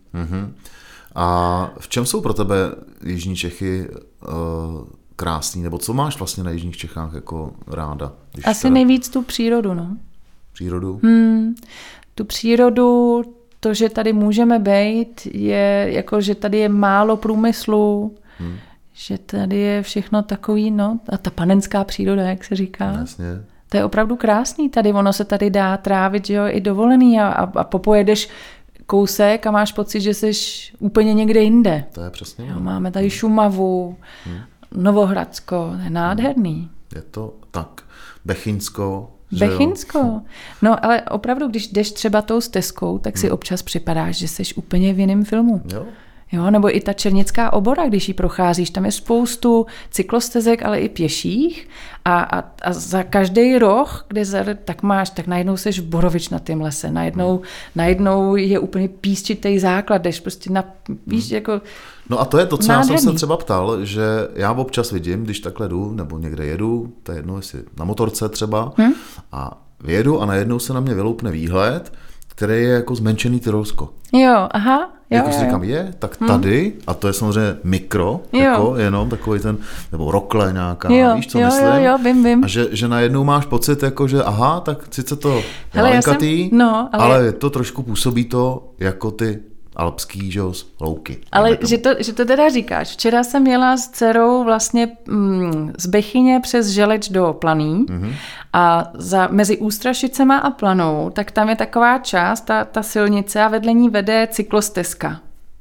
A v čem jsou pro tebe jižní Čechy krásný? Nebo co máš vlastně na jižních Čechách jako ráda? Asi nejvíc tu přírodu, no. Přírodu? Tu přírodu, to, že tady můžeme být, je jako, že tady je málo průmyslu, že tady je všechno takový, no, a ta panenská příroda, jak se říká. Jasně. To je opravdu krásný tady, ono se tady dá trávit, že jo, i dovolený a popojedeš kousek a máš pocit, že jsi úplně někde jinde. To je přesně. Jo, máme tady Šumavu, Novohradsko, to je nádherný. Je to tak. Bechyňsko. Bechyňsko. No ale opravdu, když jdeš třeba tou stezkou, tak si občas připadáš, že jsi úplně v jiném filmu. Jo, nebo i ta Černická obora, když ji procházíš, tam je spoustu cyklostezek, ale i pěších a za každý roh, kde tak najednou seš v Borovičnatém lese, najednou je úplně písčitý základ, jdeš prostě víš, jako no a to je to, co nádherný. Já jsem se třeba ptal, že já občas vidím, když takhle jdu, nebo někde jedu, to je jedno, jestli na motorce třeba, a vyjedu a najednou se na mě vyloupne výhled, který je jako zmenšený Tyrolsko. Jo, aha. Jako si říkám, tak tady, a to je samozřejmě mikro, jako jenom takový ten, nebo rokle nějaká, víš, co myslím? Jo, vím. A že najednou máš pocit, jako, že aha, tak sice to je malinkatý, ale je to trošku působí to jako ty alpský, že louky. Ale že to teda říkáš. Včera jsem jela s dcerou vlastně z Bechyně přes Želeč do Planý a mezi Ústrašicema a Planou, tak tam je taková část, ta silnice a vedle ní vede cyklostezka.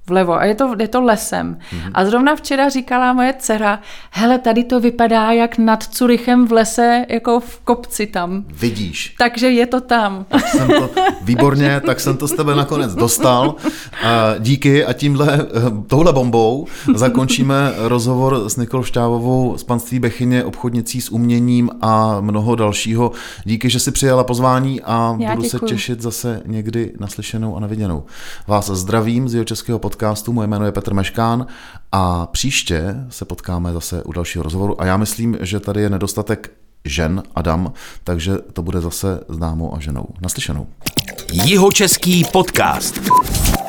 vlevo a je to lesem. A zrovna včera říkala moje dcera, hele, tady to vypadá jak nad Curychem v lese, jako v kopci tam. Vidíš. Takže je to tam. Výborně, tak jsem to z tebe nakonec dostal. Díky a touhle bombou zakončíme rozhovor s Nikol Šťávovou z panství Bechyně, obchodnicí s uměním a mnoho dalšího. Díky, že jsi přijala pozvání a budu se těšit zase někdy naslyšenou a naviděnou. Vás zdravím z Jihočeského podcastu, moje jméno je Petr Meškán a příště se potkáme zase u dalšího rozhovoru a já myslím, že tady je nedostatek žen a dam, takže to bude zase s dámou a ženou. Naslyšenou. Jihočeský podcast.